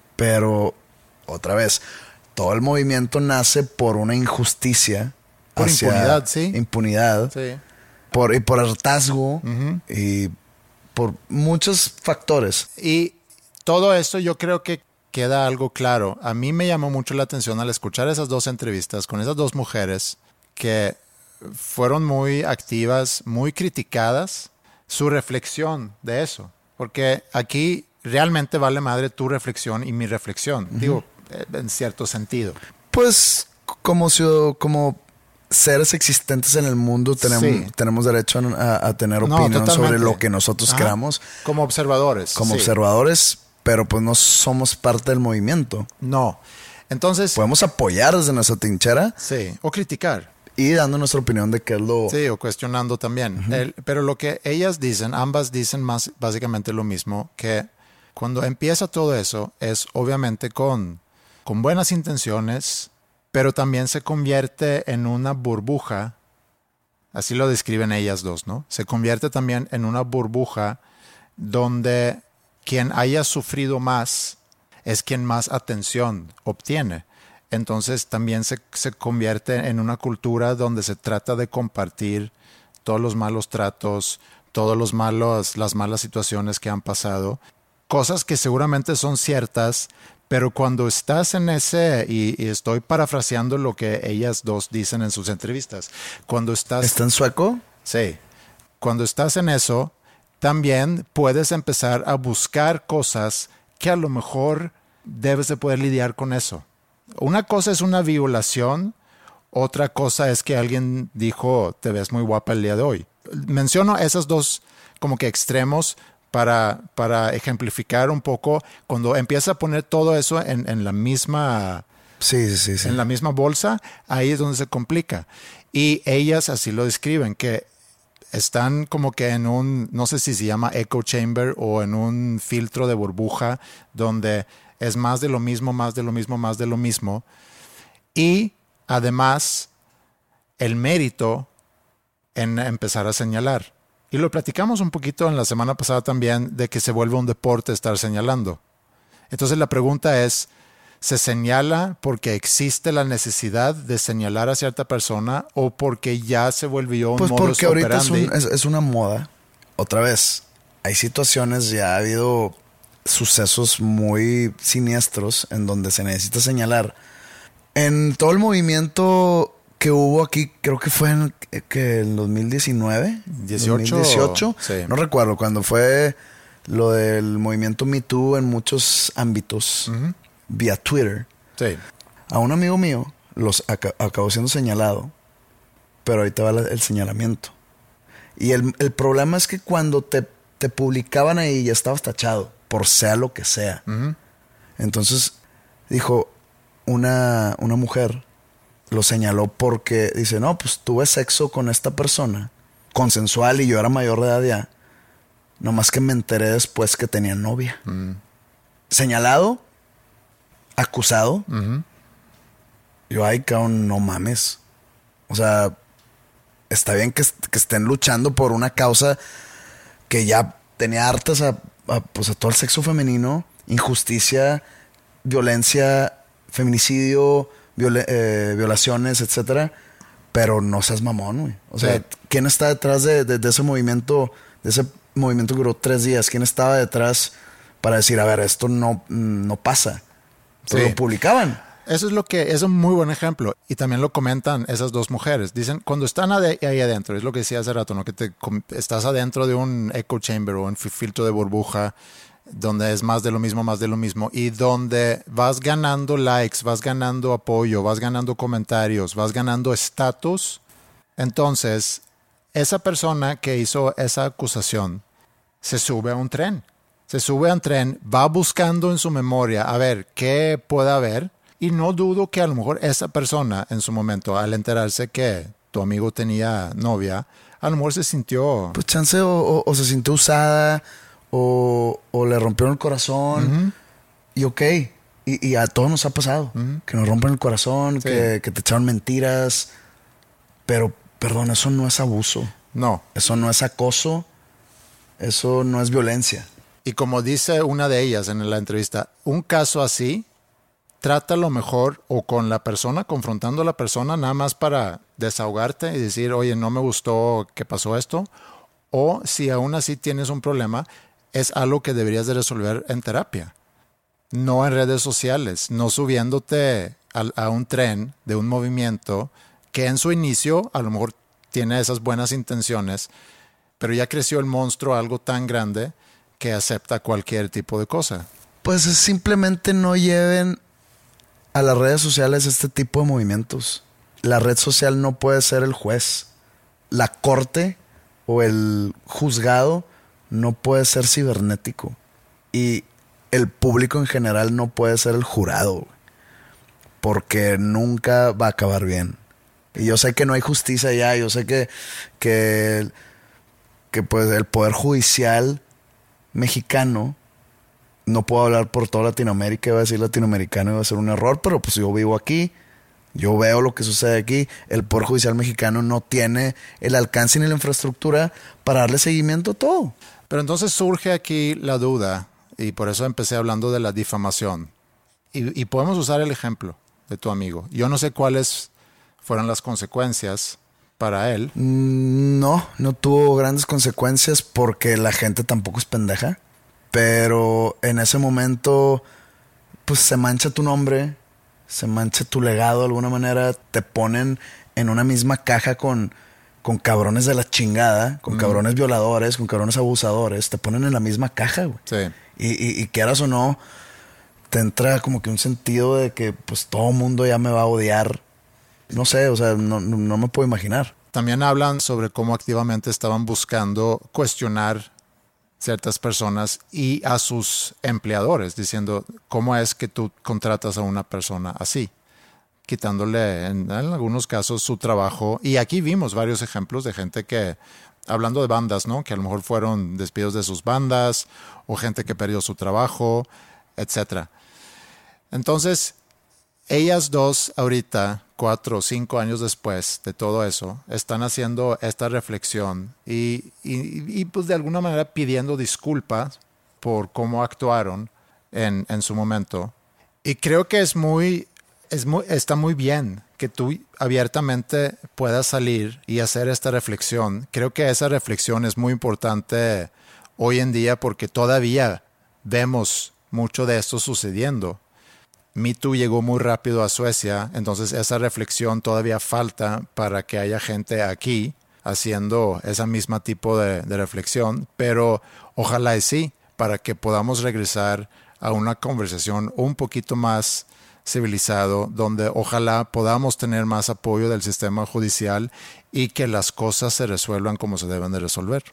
S4: Pero, otra vez, todo el movimiento nace por una injusticia.
S3: Por impunidad, sí.
S4: Impunidad.
S3: Sí.
S4: Por, y por hartazgo. Uh-huh. Y por muchos factores.
S3: Y todo esto yo creo que queda algo claro. A mí me llamó mucho la atención al escuchar esas dos entrevistas con esas dos mujeres que fueron muy activas, muy criticadas, su reflexión de eso. Porque aquí realmente vale madre tu reflexión y mi reflexión. Uh-huh. Digo, en cierto sentido.
S4: Pues como, como seres existentes en el mundo tenemos, sí. tenemos derecho a, a tener opinión no, sobre lo que nosotros Ajá. queramos.
S3: Como observadores.
S4: Como
S3: sí.
S4: observadores, pero pues no somos parte del movimiento.
S3: No. Entonces...
S4: podemos apoyar desde nuestra trinchera.
S3: Sí, o criticar.
S4: Y dando nuestra opinión de qué es lo...
S3: Sí, o cuestionando también. Uh-huh. El, pero lo que ellas dicen, ambas dicen más básicamente lo mismo, que cuando empieza todo eso es obviamente con, con buenas intenciones, pero también se convierte en una burbuja, así lo describen ellas dos, ¿no? Se convierte también en una burbuja donde quien haya sufrido más es quien más atención obtiene. Entonces también se, se convierte en una cultura donde se trata de compartir todos los malos tratos, todos los malos, las malas situaciones que han pasado. Cosas que seguramente son ciertas, pero cuando estás en ese, y, y estoy parafraseando lo que ellas dos dicen en sus entrevistas, cuando estás...
S4: ¿Está en sueco?
S3: Sí. Cuando estás en eso, también puedes empezar a buscar cosas que a lo mejor debes de poder lidiar con eso. Una cosa es una violación, otra cosa es que alguien dijo, te ves muy guapa el día de hoy. Menciono esos dos como que extremos para, para ejemplificar un poco cuando empieza a poner todo eso en, en la misma...
S4: Sí, sí, sí, sí.
S3: En la misma bolsa, ahí es donde se complica. Y ellas así lo describen, que están como que en un, no sé si se llama echo chamber o en un filtro de burbuja donde es más de lo mismo, más de lo mismo, más de lo mismo. Y además el mérito en empezar a señalar. Y lo platicamos un poquito en la semana pasada también de que se vuelve un deporte estar señalando. Entonces la pregunta es, ¿se señala porque existe la necesidad de señalar a cierta persona o porque ya se volvió un
S4: pues
S3: modus
S4: porque ahorita es,
S3: operandi?
S4: un, es, es una moda. Otra vez, hay situaciones, ya ha habido sucesos muy siniestros en donde se necesita señalar. En todo el movimiento que hubo aquí, creo que fue en que el dos mil diecinueve,
S3: dieciocho,
S4: dos mil dieciocho,
S3: sí.
S4: No recuerdo, cuando fue lo del movimiento Me Too en muchos ámbitos, uh-huh. vía Twitter.
S3: Sí.
S4: A un amigo mío los ac- acabó siendo señalado, pero ahorita va la, el señalamiento. Y el, el problema es que cuando te, te publicaban ahí ya estabas tachado, por sea lo que sea. Uh-huh. Entonces dijo una, una mujer, lo señaló porque dice, no, pues tuve sexo con esta persona, consensual, y yo era mayor de edad ya. Nomás que me enteré después que tenía novia. Uh-huh. Señalado, acusado. Uh-huh. Yo, ay, cabrón, no mames. O sea, está bien que, que estén luchando por una causa que ya tenía hartas a, a, pues a todo el sexo femenino, injusticia, violencia, feminicidio, viola, eh, violaciones, etcétera. Pero no seas mamón, güey. O sea, sí. ¿Quién está detrás de, de, de ese movimiento, de ese movimiento que duró tres días? ¿Quién estaba detrás para decir, a ver, esto no, no pasa? Pero sí. Lo publicaban.
S3: Eso es lo que es un muy buen ejemplo. Y también lo comentan esas dos mujeres. Dicen, cuando están ade- ahí adentro, es lo que decía hace rato, ¿no? Que te, com- estás adentro de un echo chamber o un fi- filtro de burbuja donde es más de lo mismo, más de lo mismo, y donde vas ganando likes, vas ganando apoyo, vas ganando comentarios, vas ganando estatus. Entonces, esa persona que hizo esa acusación se sube a un tren. Se sube a un tren, va buscando en su memoria a ver qué puede haber, y no dudo que a lo mejor esa persona en su momento, al enterarse que tu amigo tenía novia, a lo mejor se sintió...
S4: Pues chance o, o, o se sintió usada o, o le rompieron el corazón. Uh-huh. Y ok, y, y a todos nos ha pasado. Uh-huh. Que nos rompen el corazón, sí. que, que te echaron mentiras. Pero, perdón, eso no es abuso.
S3: No.
S4: Eso no es acoso. Eso no es violencia.
S3: Y como dice una de ellas en la entrevista, un caso así, trátalo mejor o con la persona, confrontando a la persona nada más para desahogarte y decir, oye, no me gustó que pasó esto. O si aún así tienes un problema, es algo que deberías de resolver en terapia. No en redes sociales, no subiéndote a, a un tren de un movimiento que en su inicio a lo mejor tiene esas buenas intenciones, pero ya creció el monstruo a algo tan grande que acepta cualquier tipo de cosa.
S4: Pues simplemente no lleven a las redes sociales este tipo de movimientos. La red social no puede ser el juez. La corte o el juzgado no puede ser cibernético. Y el público en general no puede ser el jurado. Porque nunca va a acabar bien. Y yo sé que no hay justicia allá. Yo sé que, que, que pues el poder judicial mexicano, no puedo hablar por toda Latinoamérica, iba a decir latinoamericano, iba a ser un error, pero pues yo vivo aquí, yo veo lo que sucede aquí. El Poder Judicial mexicano no tiene el alcance ni la infraestructura para darle seguimiento a todo.
S3: Pero entonces surge aquí la duda, y por eso empecé hablando de la difamación. Y, y podemos usar el ejemplo de tu amigo. Yo no sé cuáles fueron las consecuencias para él.
S4: No, no tuvo grandes consecuencias porque la gente tampoco es pendeja. Pero en ese momento, pues se mancha tu nombre, se mancha tu legado de alguna manera. Te ponen en una misma caja con, con cabrones de la chingada, con mm. cabrones violadores, con cabrones abusadores. Te ponen en la misma caja, güey.
S3: Sí.
S4: Y, y, y quieras o no, te entra como que un sentido de que pues todo el mundo ya me va a odiar. No sé, o sea, no, no, no me puedo imaginar.
S3: También hablan sobre cómo activamente estaban buscando cuestionar ciertas personas y a sus empleadores, diciendo, ¿cómo es que tú contratas a una persona así? Quitándole, en, en algunos casos, su trabajo. Y aquí vimos varios ejemplos de gente que, hablando de bandas, ¿no? Que a lo mejor fueron despidos de sus bandas o gente que perdió su trabajo, etcétera. Entonces, ellas dos ahorita, cuatro o cinco años después de todo eso, están haciendo esta reflexión y, y, y pues de alguna manera pidiendo disculpas por cómo actuaron en, en su momento. Y creo que es muy, es muy, está muy bien que tú abiertamente puedas salir y hacer esta reflexión. Creo que esa reflexión es muy importante hoy en día porque todavía vemos mucho de esto sucediendo. Me Too llegó muy rápido a Suecia, entonces esa reflexión todavía falta para que haya gente aquí haciendo ese mismo tipo de, de reflexión, pero ojalá y sí, para que podamos regresar a una conversación un poquito más civilizado, donde ojalá podamos tener más apoyo del sistema judicial y que las cosas se resuelvan como se deben de resolver.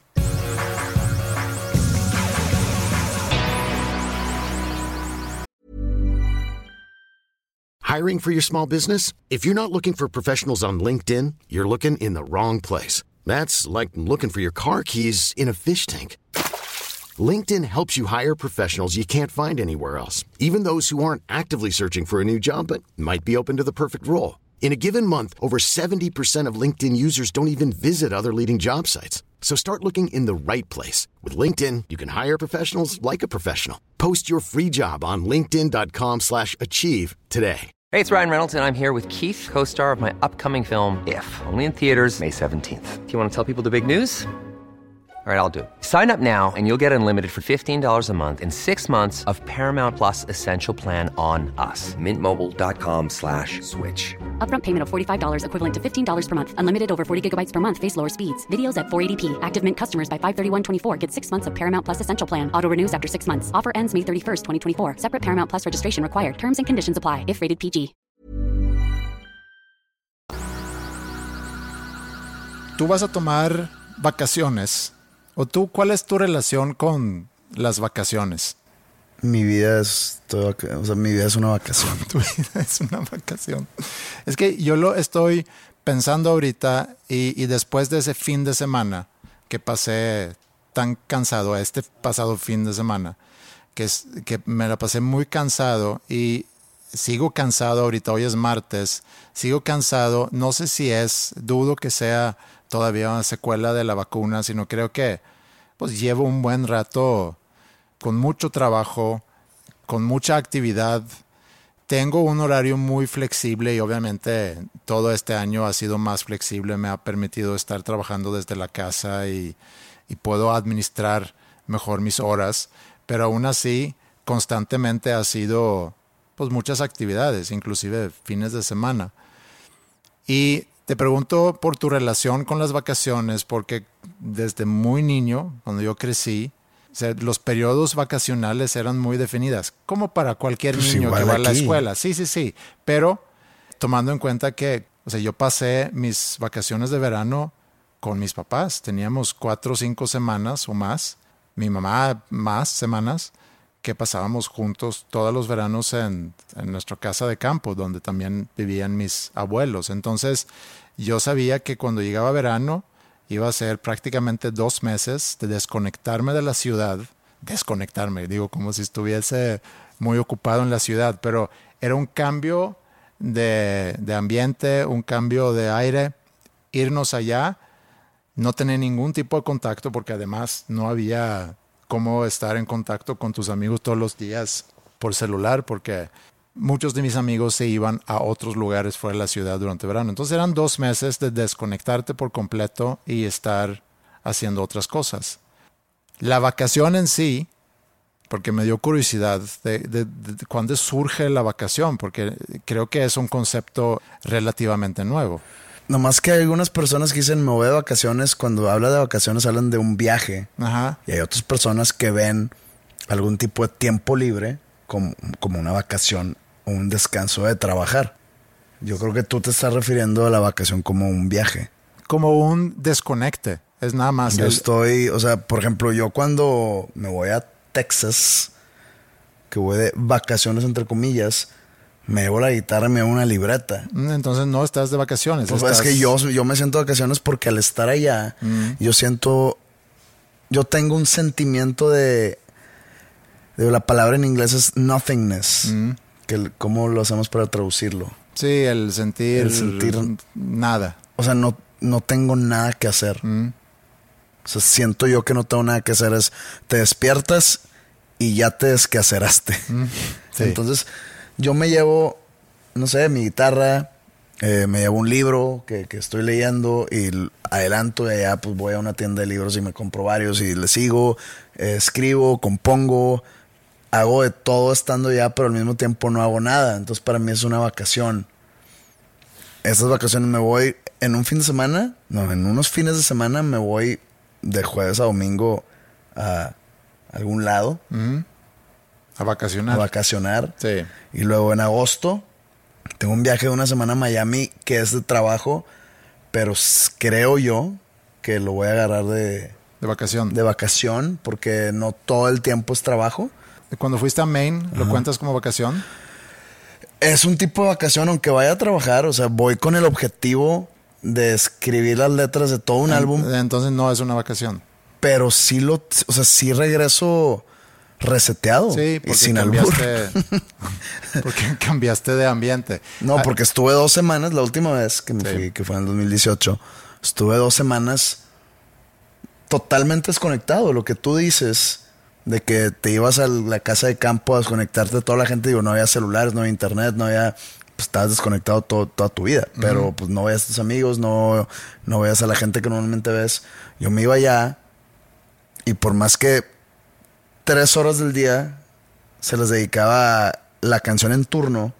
S5: Hiring for your small business? If you're not looking for professionals on LinkedIn, you're looking in the wrong place. That's like looking for your car keys in a fish tank. LinkedIn helps you hire professionals you can't find anywhere else, even those who aren't actively searching for a new job but might be open to the perfect role. In a given month, over seventy percent of LinkedIn users don't even visit other leading job sites. So start looking in the right place. With LinkedIn, you can hire professionals like a professional. Post your free job on linkedin.com slash achieve today.
S6: Hey, it's Ryan Reynolds, and I'm here with Keith, co-star of my upcoming film, If, only in theaters May seventeenth. Do you want to tell people the big news? All right, I'll do it. Sign up now and you'll get unlimited for fifteen dollars a month and six months of Paramount Plus Essential Plan on us. Mint Mobile dot com slash switch.
S7: Upfront payment of forty-five dollars equivalent to fifteen dollars per month. Unlimited over forty gigabytes per month. Face lower speeds. Videos at four eighty p. Active Mint customers by five thirty-one twenty-four get six months of Paramount Plus Essential Plan. Auto renews after six months. Offer ends May thirty-first, twenty twenty-four. Separate Paramount Plus registration required. Terms and conditions apply if rated P G.
S3: Tú vas a tomar vacaciones. ¿O tú, cuál es tu relación con las vacaciones?
S4: Mi vida es todo, o sea, mi vida es una vacación.
S3: Tu vida es una vacación. Es que yo lo estoy pensando ahorita y, y después de ese fin de semana que pasé tan cansado, este pasado fin de semana, que, es, que me la pasé muy cansado y sigo cansado ahorita, hoy es martes, sigo cansado, no sé si es, dudo que sea todavía una secuela de la vacuna, sino creo que pues llevo un buen rato con mucho trabajo, con mucha actividad. Tengo un horario muy flexible y obviamente todo este año ha sido más flexible, me ha permitido estar trabajando desde la casa y, y puedo administrar mejor mis horas, pero aún así constantemente ha sido pues muchas actividades, inclusive fines de semana. Y te pregunto por tu relación con las vacaciones, porque desde muy niño, cuando yo crecí, o sea, los periodos vacacionales eran muy definidas, como para cualquier
S4: pues
S3: niño que va
S4: aquí.
S3: a la escuela. Sí, sí, sí. Pero tomando en cuenta que, o sea, yo pasé mis vacaciones de verano con mis papás. Teníamos cuatro o cinco semanas o más. Mi mamá más semanas que pasábamos juntos todos los veranos en, en nuestra casa de campo, donde también vivían mis abuelos. Entonces, yo sabía que cuando llegaba verano iba a ser prácticamente dos meses de desconectarme de la ciudad. Desconectarme, digo, como si estuviese muy ocupado en la ciudad, pero era un cambio de, de ambiente, un cambio de aire, irnos allá, no tener ningún tipo de contacto, porque además no había cómo estar en contacto con tus amigos todos los días por celular, porque muchos de mis amigos se iban a otros lugares fuera de la ciudad durante verano. Entonces eran dos meses de desconectarte por completo y estar haciendo otras cosas. La vacación en sí, porque me dio curiosidad de, de, de, de cuándo surge la vacación, porque creo que es un concepto relativamente nuevo.
S4: Nomás que hay algunas personas que dicen me voy de vacaciones, cuando habla de vacaciones hablan de un viaje.
S3: Ajá.
S4: Y hay otras personas que ven algún tipo de tiempo libre como, como una vacación o un descanso de trabajar. Yo creo que tú te estás refiriendo a la vacación como un viaje.
S3: Como un desconecte. Es nada más.
S4: Yo
S3: el...
S4: estoy, o sea, por ejemplo, yo cuando me voy a Texas, que voy de vacaciones entre comillas, me llevo la guitarra y me llevo una libreta.
S3: Entonces no estás de vacaciones.
S4: Pues
S3: estás...
S4: es que yo, yo me siento de vacaciones porque al estar allá, mm. yo siento, yo tengo un sentimiento de, de la palabra en inglés es nothingness. Mm. Que, ¿Cómo lo hacemos para traducirlo?
S3: Sí, el sentir,
S4: el sentir
S3: nada.
S4: O sea, no, no tengo nada que hacer. Mm. O sea, siento yo que no tengo nada que hacer. Es, te despiertas y ya te desquaceraste. Mm. Sí. Entonces, yo me llevo, no sé, mi guitarra, eh, me llevo un libro que, que estoy leyendo y adelanto y allá pues voy a una tienda de libros y me compro varios y le sigo, eh, escribo, compongo, hago de todo estando allá, pero al mismo tiempo no hago nada. Entonces para mí es una vacación. Estas vacaciones me voy en un fin de semana, no, en unos fines de semana me voy de jueves a domingo a algún lado.
S3: Mm-hmm. A vacacionar.
S4: A vacacionar.
S3: Sí.
S4: Y luego en agosto tengo un viaje de una semana a Miami que es de trabajo, pero creo yo que lo voy a agarrar de...
S3: De vacación.
S4: De vacación, porque no todo el tiempo es trabajo.
S3: Cuando fuiste a Maine, ¿lo Ajá. cuentas como vacación?
S4: Es un tipo de vacación, aunque vaya a trabajar. O sea, voy con el objetivo de escribir las letras de todo un
S3: en,
S4: álbum.
S3: Entonces no es una vacación.
S4: Pero sí lo... O sea, sí regreso... reseteado.
S3: Sí, porque
S4: y sin
S3: cambiaste, porque cambiaste de ambiente.
S4: No, porque estuve dos semanas, la última vez que me sí. fui, que fue en el dos mil dieciocho, estuve dos semanas totalmente desconectado. Lo que tú dices de que te ibas a la casa de campo a desconectarte de toda la gente, digo, no había celulares, no había internet, no había... Pues estabas desconectado todo, toda tu vida. Uh-huh. Pero pues no veías a tus amigos, no, no veías a la gente que normalmente ves. Yo me iba allá Y por más que tres horas del día se les dedicaba a la canción en turno,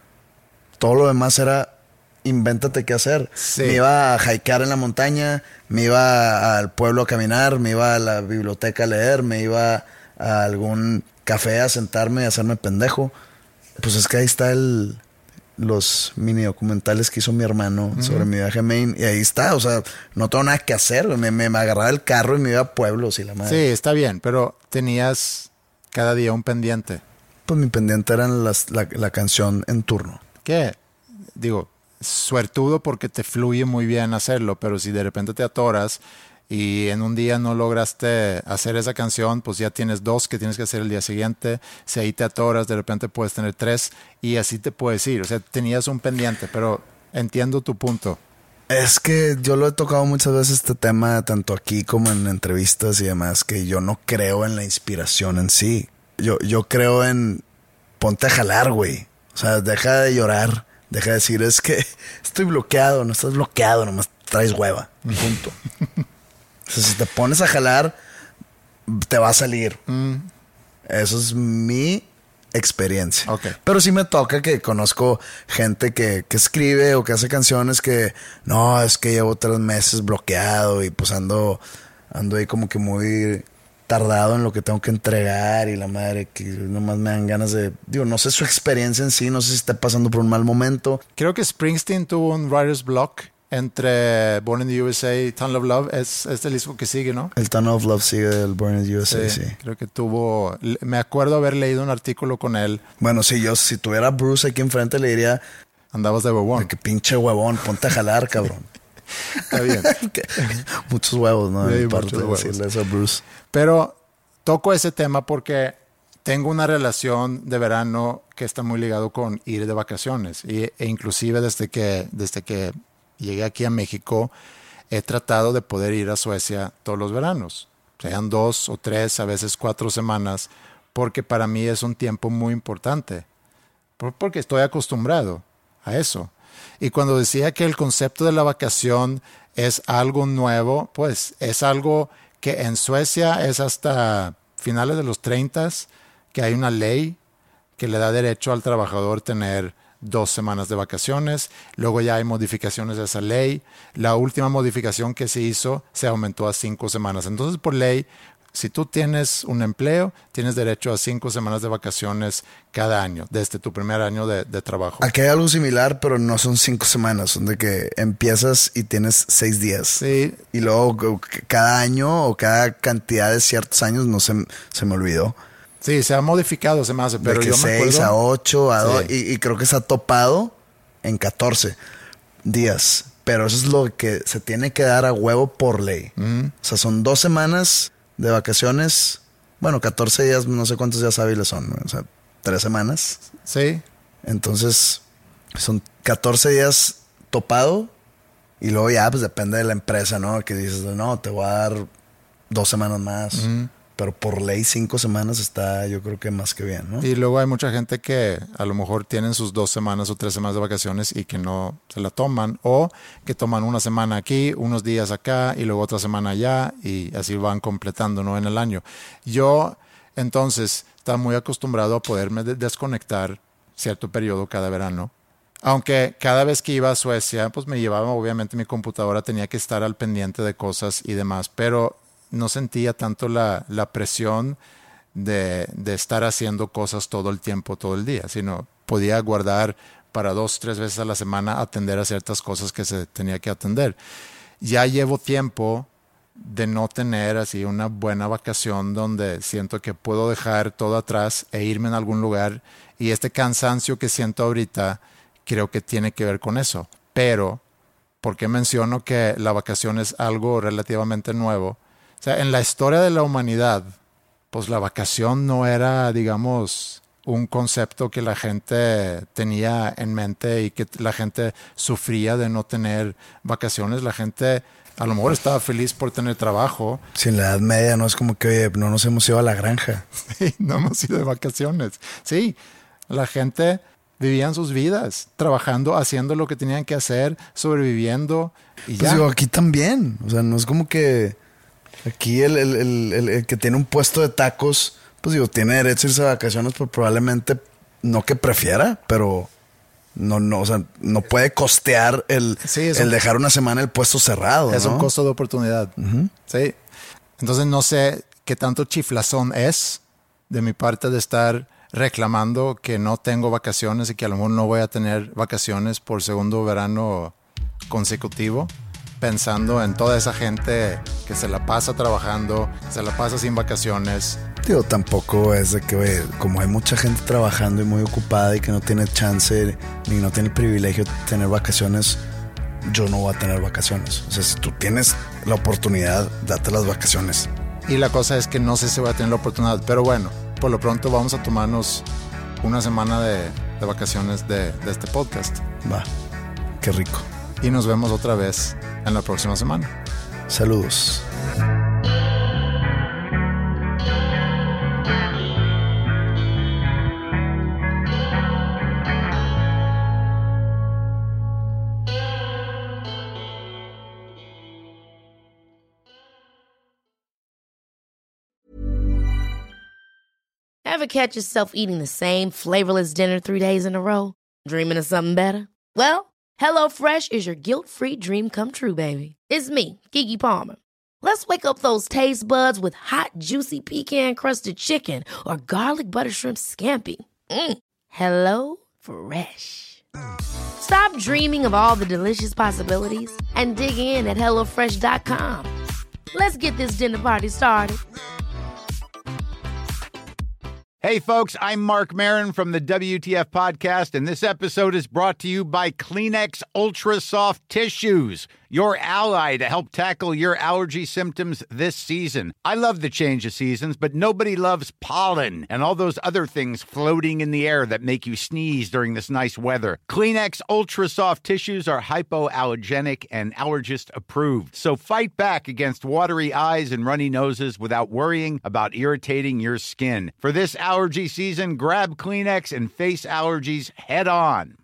S4: todo lo demás era invéntate qué hacer. Sí. Me iba a hikear en la montaña, me iba al pueblo a caminar, me iba a la biblioteca a leer, me iba a algún café a sentarme y a hacerme pendejo. Pues es que ahí está el... los mini documentales que hizo mi hermano uh-huh. sobre mi viaje a Maine, y ahí está, o sea, no tengo nada que hacer, me, me, me agarraba el carro y me iba a pueblos y la madre.
S3: Sí, está bien, pero tenías cada día un pendiente.
S4: Pues mi pendiente era las, la, la canción en turno.
S3: ¿Qué? Digo, suertudo porque te fluye muy bien hacerlo, pero si de repente te atoras y en un día no lograste hacer esa canción, pues ya tienes dos que tienes que hacer el día siguiente. Si ahí te atoras, de repente puedes tener tres y así te puedes ir. O sea, tenías un pendiente, pero entiendo tu punto.
S4: Es que yo lo he tocado muchas veces este tema, tanto aquí como en entrevistas y demás, que yo no creo en la inspiración en sí. Yo, yo creo en ponte a jalar, güey. O sea, deja de llorar, deja de decir, es que estoy bloqueado. No estás bloqueado, nomás traes hueva. Punto. O sea, si te pones a jalar, te va a salir. Mm. Eso es mi experiencia. Okay. Pero sí me toca que conozco gente que, que escribe o que hace canciones que no, es que llevo tres meses bloqueado y pues ando, ando ahí como que muy tardado en lo que tengo que entregar y la madre que nomás me dan ganas de... Digo, no sé su experiencia en sí, no sé si está pasando por un mal momento.
S3: Creo que Springsteen tuvo un writer's block entre Born in the U S A y Tunnel of Love. Es, es el disco que sigue, ¿no?
S4: El Tunnel of Love sigue del Born in the U S A, sí, sí.
S3: Creo que tuvo... Me acuerdo haber leído un artículo con él.
S4: Bueno, si yo, si tuviera a Bruce aquí enfrente, le diría...
S3: Andabas de huevón.
S4: Que pinche huevón, ponte a jalar, cabrón.
S3: Está bien.
S4: Muchos huevos, ¿no?
S3: Sí,
S4: de
S3: parte de
S4: decirle eso a Bruce.
S3: Pero toco ese tema porque tengo una relación de verano que está muy ligado con ir de vacaciones. Y, e inclusive desde que, desde que llegué aquí a México, he tratado de poder ir a Suecia todos los veranos. Sean dos o tres, a veces cuatro semanas, porque para mí es un tiempo muy importante. Porque estoy acostumbrado a eso. Y cuando decía que el concepto de la vacación es algo nuevo, pues es algo que en Suecia es hasta finales de los treinta, que hay una ley que le da derecho al trabajador tener dos semanas de vacaciones. Luego ya hay modificaciones de esa ley. La última modificación que se hizo se aumentó a cinco semanas. Entonces, por ley, si tú tienes un empleo, tienes derecho a cinco semanas de vacaciones cada año, desde tu primer año de, de trabajo.
S4: Aquí hay algo similar, pero no son cinco semanas, son de que empiezas y tienes seis días.
S3: Sí.
S4: Y luego cada año o cada cantidad de ciertos años, no se, se me olvidó.
S3: Sí, se ha modificado, se me hace, pero
S4: de que
S3: yo me acuerdo...
S4: seis a ocho, a
S3: sí.
S4: dos, y, y creo que se ha topado en catorce días. Pero eso es lo que se tiene que dar a huevo por ley. Mm. O sea, son dos semanas de vacaciones, bueno, catorce días, no sé cuántos días hábiles son, ¿no? O sea, tres semanas.
S3: Sí.
S4: Entonces, son catorce días topado y luego ya, pues depende de la empresa, ¿no? Que dices, no, te voy a dar dos semanas más. Mm. Pero por ley cinco semanas está, yo creo que más que bien, ¿no?
S3: Y luego hay mucha gente que a lo mejor tienen sus dos semanas o tres semanas de vacaciones y que no se la toman, o que toman una semana aquí, unos días acá y luego otra semana allá, y así van completando, ¿no? En el año. Yo, entonces, estaba muy acostumbrado a poderme desconectar cierto periodo cada verano. Aunque cada vez que iba a Suecia, pues me llevaba, obviamente mi computadora, tenía que estar al pendiente de cosas y demás, pero no sentía tanto la, la presión de, de estar haciendo cosas todo el tiempo, todo el día, sino podía guardar para dos, tres veces a la semana atender a ciertas cosas que se tenía que atender. Ya llevo tiempo de no tener así una buena vacación donde siento que puedo dejar todo atrás e irme en algún lugar, y este cansancio que siento ahorita creo que tiene que ver con eso. Pero, ¿por qué menciono que la vacación es algo relativamente nuevo? O sea, en la historia de la humanidad, pues la vacación no era, digamos, un concepto que la gente tenía en mente y que la gente sufría de no tener vacaciones. La gente a lo mejor estaba feliz por tener trabajo.
S4: Si en la Edad Media no es como que, oye, no nos hemos ido a la granja.
S3: Sí, no hemos ido de vacaciones. Sí, la gente vivían sus vidas, trabajando, haciendo lo que tenían que hacer, sobreviviendo y
S4: pues
S3: ya.
S4: Digo, aquí también. O sea, no es como que Aquí el, el, el, el, el que tiene un puesto de tacos, pues digo, tiene derecho a irse de vacaciones, pero probablemente no que prefiera, pero no, no, o sea, no puede costear el,
S3: sí, el
S4: un, dejar una semana el puesto cerrado.
S3: Es
S4: ¿no?
S3: un costo de oportunidad. Uh-huh. Sí. Entonces no sé qué tanto chiflazón es de mi parte de estar reclamando que no tengo vacaciones y que a lo mejor no voy a tener vacaciones por segundo verano consecutivo, pensando en toda esa gente que se la pasa trabajando, se la pasa sin vacaciones.
S4: Digo, tampoco es de que, wey, como hay mucha gente trabajando y muy ocupada y que no tiene chance ni no tiene el privilegio de tener vacaciones, yo no voy a tener vacaciones. O sea, si tú tienes la oportunidad, date las vacaciones.
S3: Y la cosa es que no sé si voy a tener la oportunidad, pero bueno, por lo pronto vamos a tomarnos una semana de, de vacaciones de, de este podcast.
S4: Va, qué rico.
S3: Y nos vemos otra vez en la próxima semana.
S4: Saludos.
S1: Ever catch yourself eating the same flavorless dinner three days in a row? Dreaming of something better? Well, HelloFresh is your guilt-free dream come true, baby. It's me, Keke Palmer. Let's wake up those taste buds with hot, juicy pecan-crusted chicken or garlic butter shrimp scampi. Mm. Hello Fresh. Stop dreaming of all the delicious possibilities and dig in at hello fresh dot com. Let's get this dinner party started.
S8: Hey, folks, I'm Mark Maron from the W T F Podcast, and this episode is brought to you by Kleenex Ultra Soft Tissues, your ally to help tackle your allergy symptoms this season. I love the change of seasons, but nobody loves pollen and all those other things floating in the air that make you sneeze during this nice weather. Kleenex Ultra Soft Tissues are hypoallergenic and allergist approved, so fight back against watery eyes and runny noses without worrying about irritating your skin. For this allergy season, grab Kleenex and face allergies head on.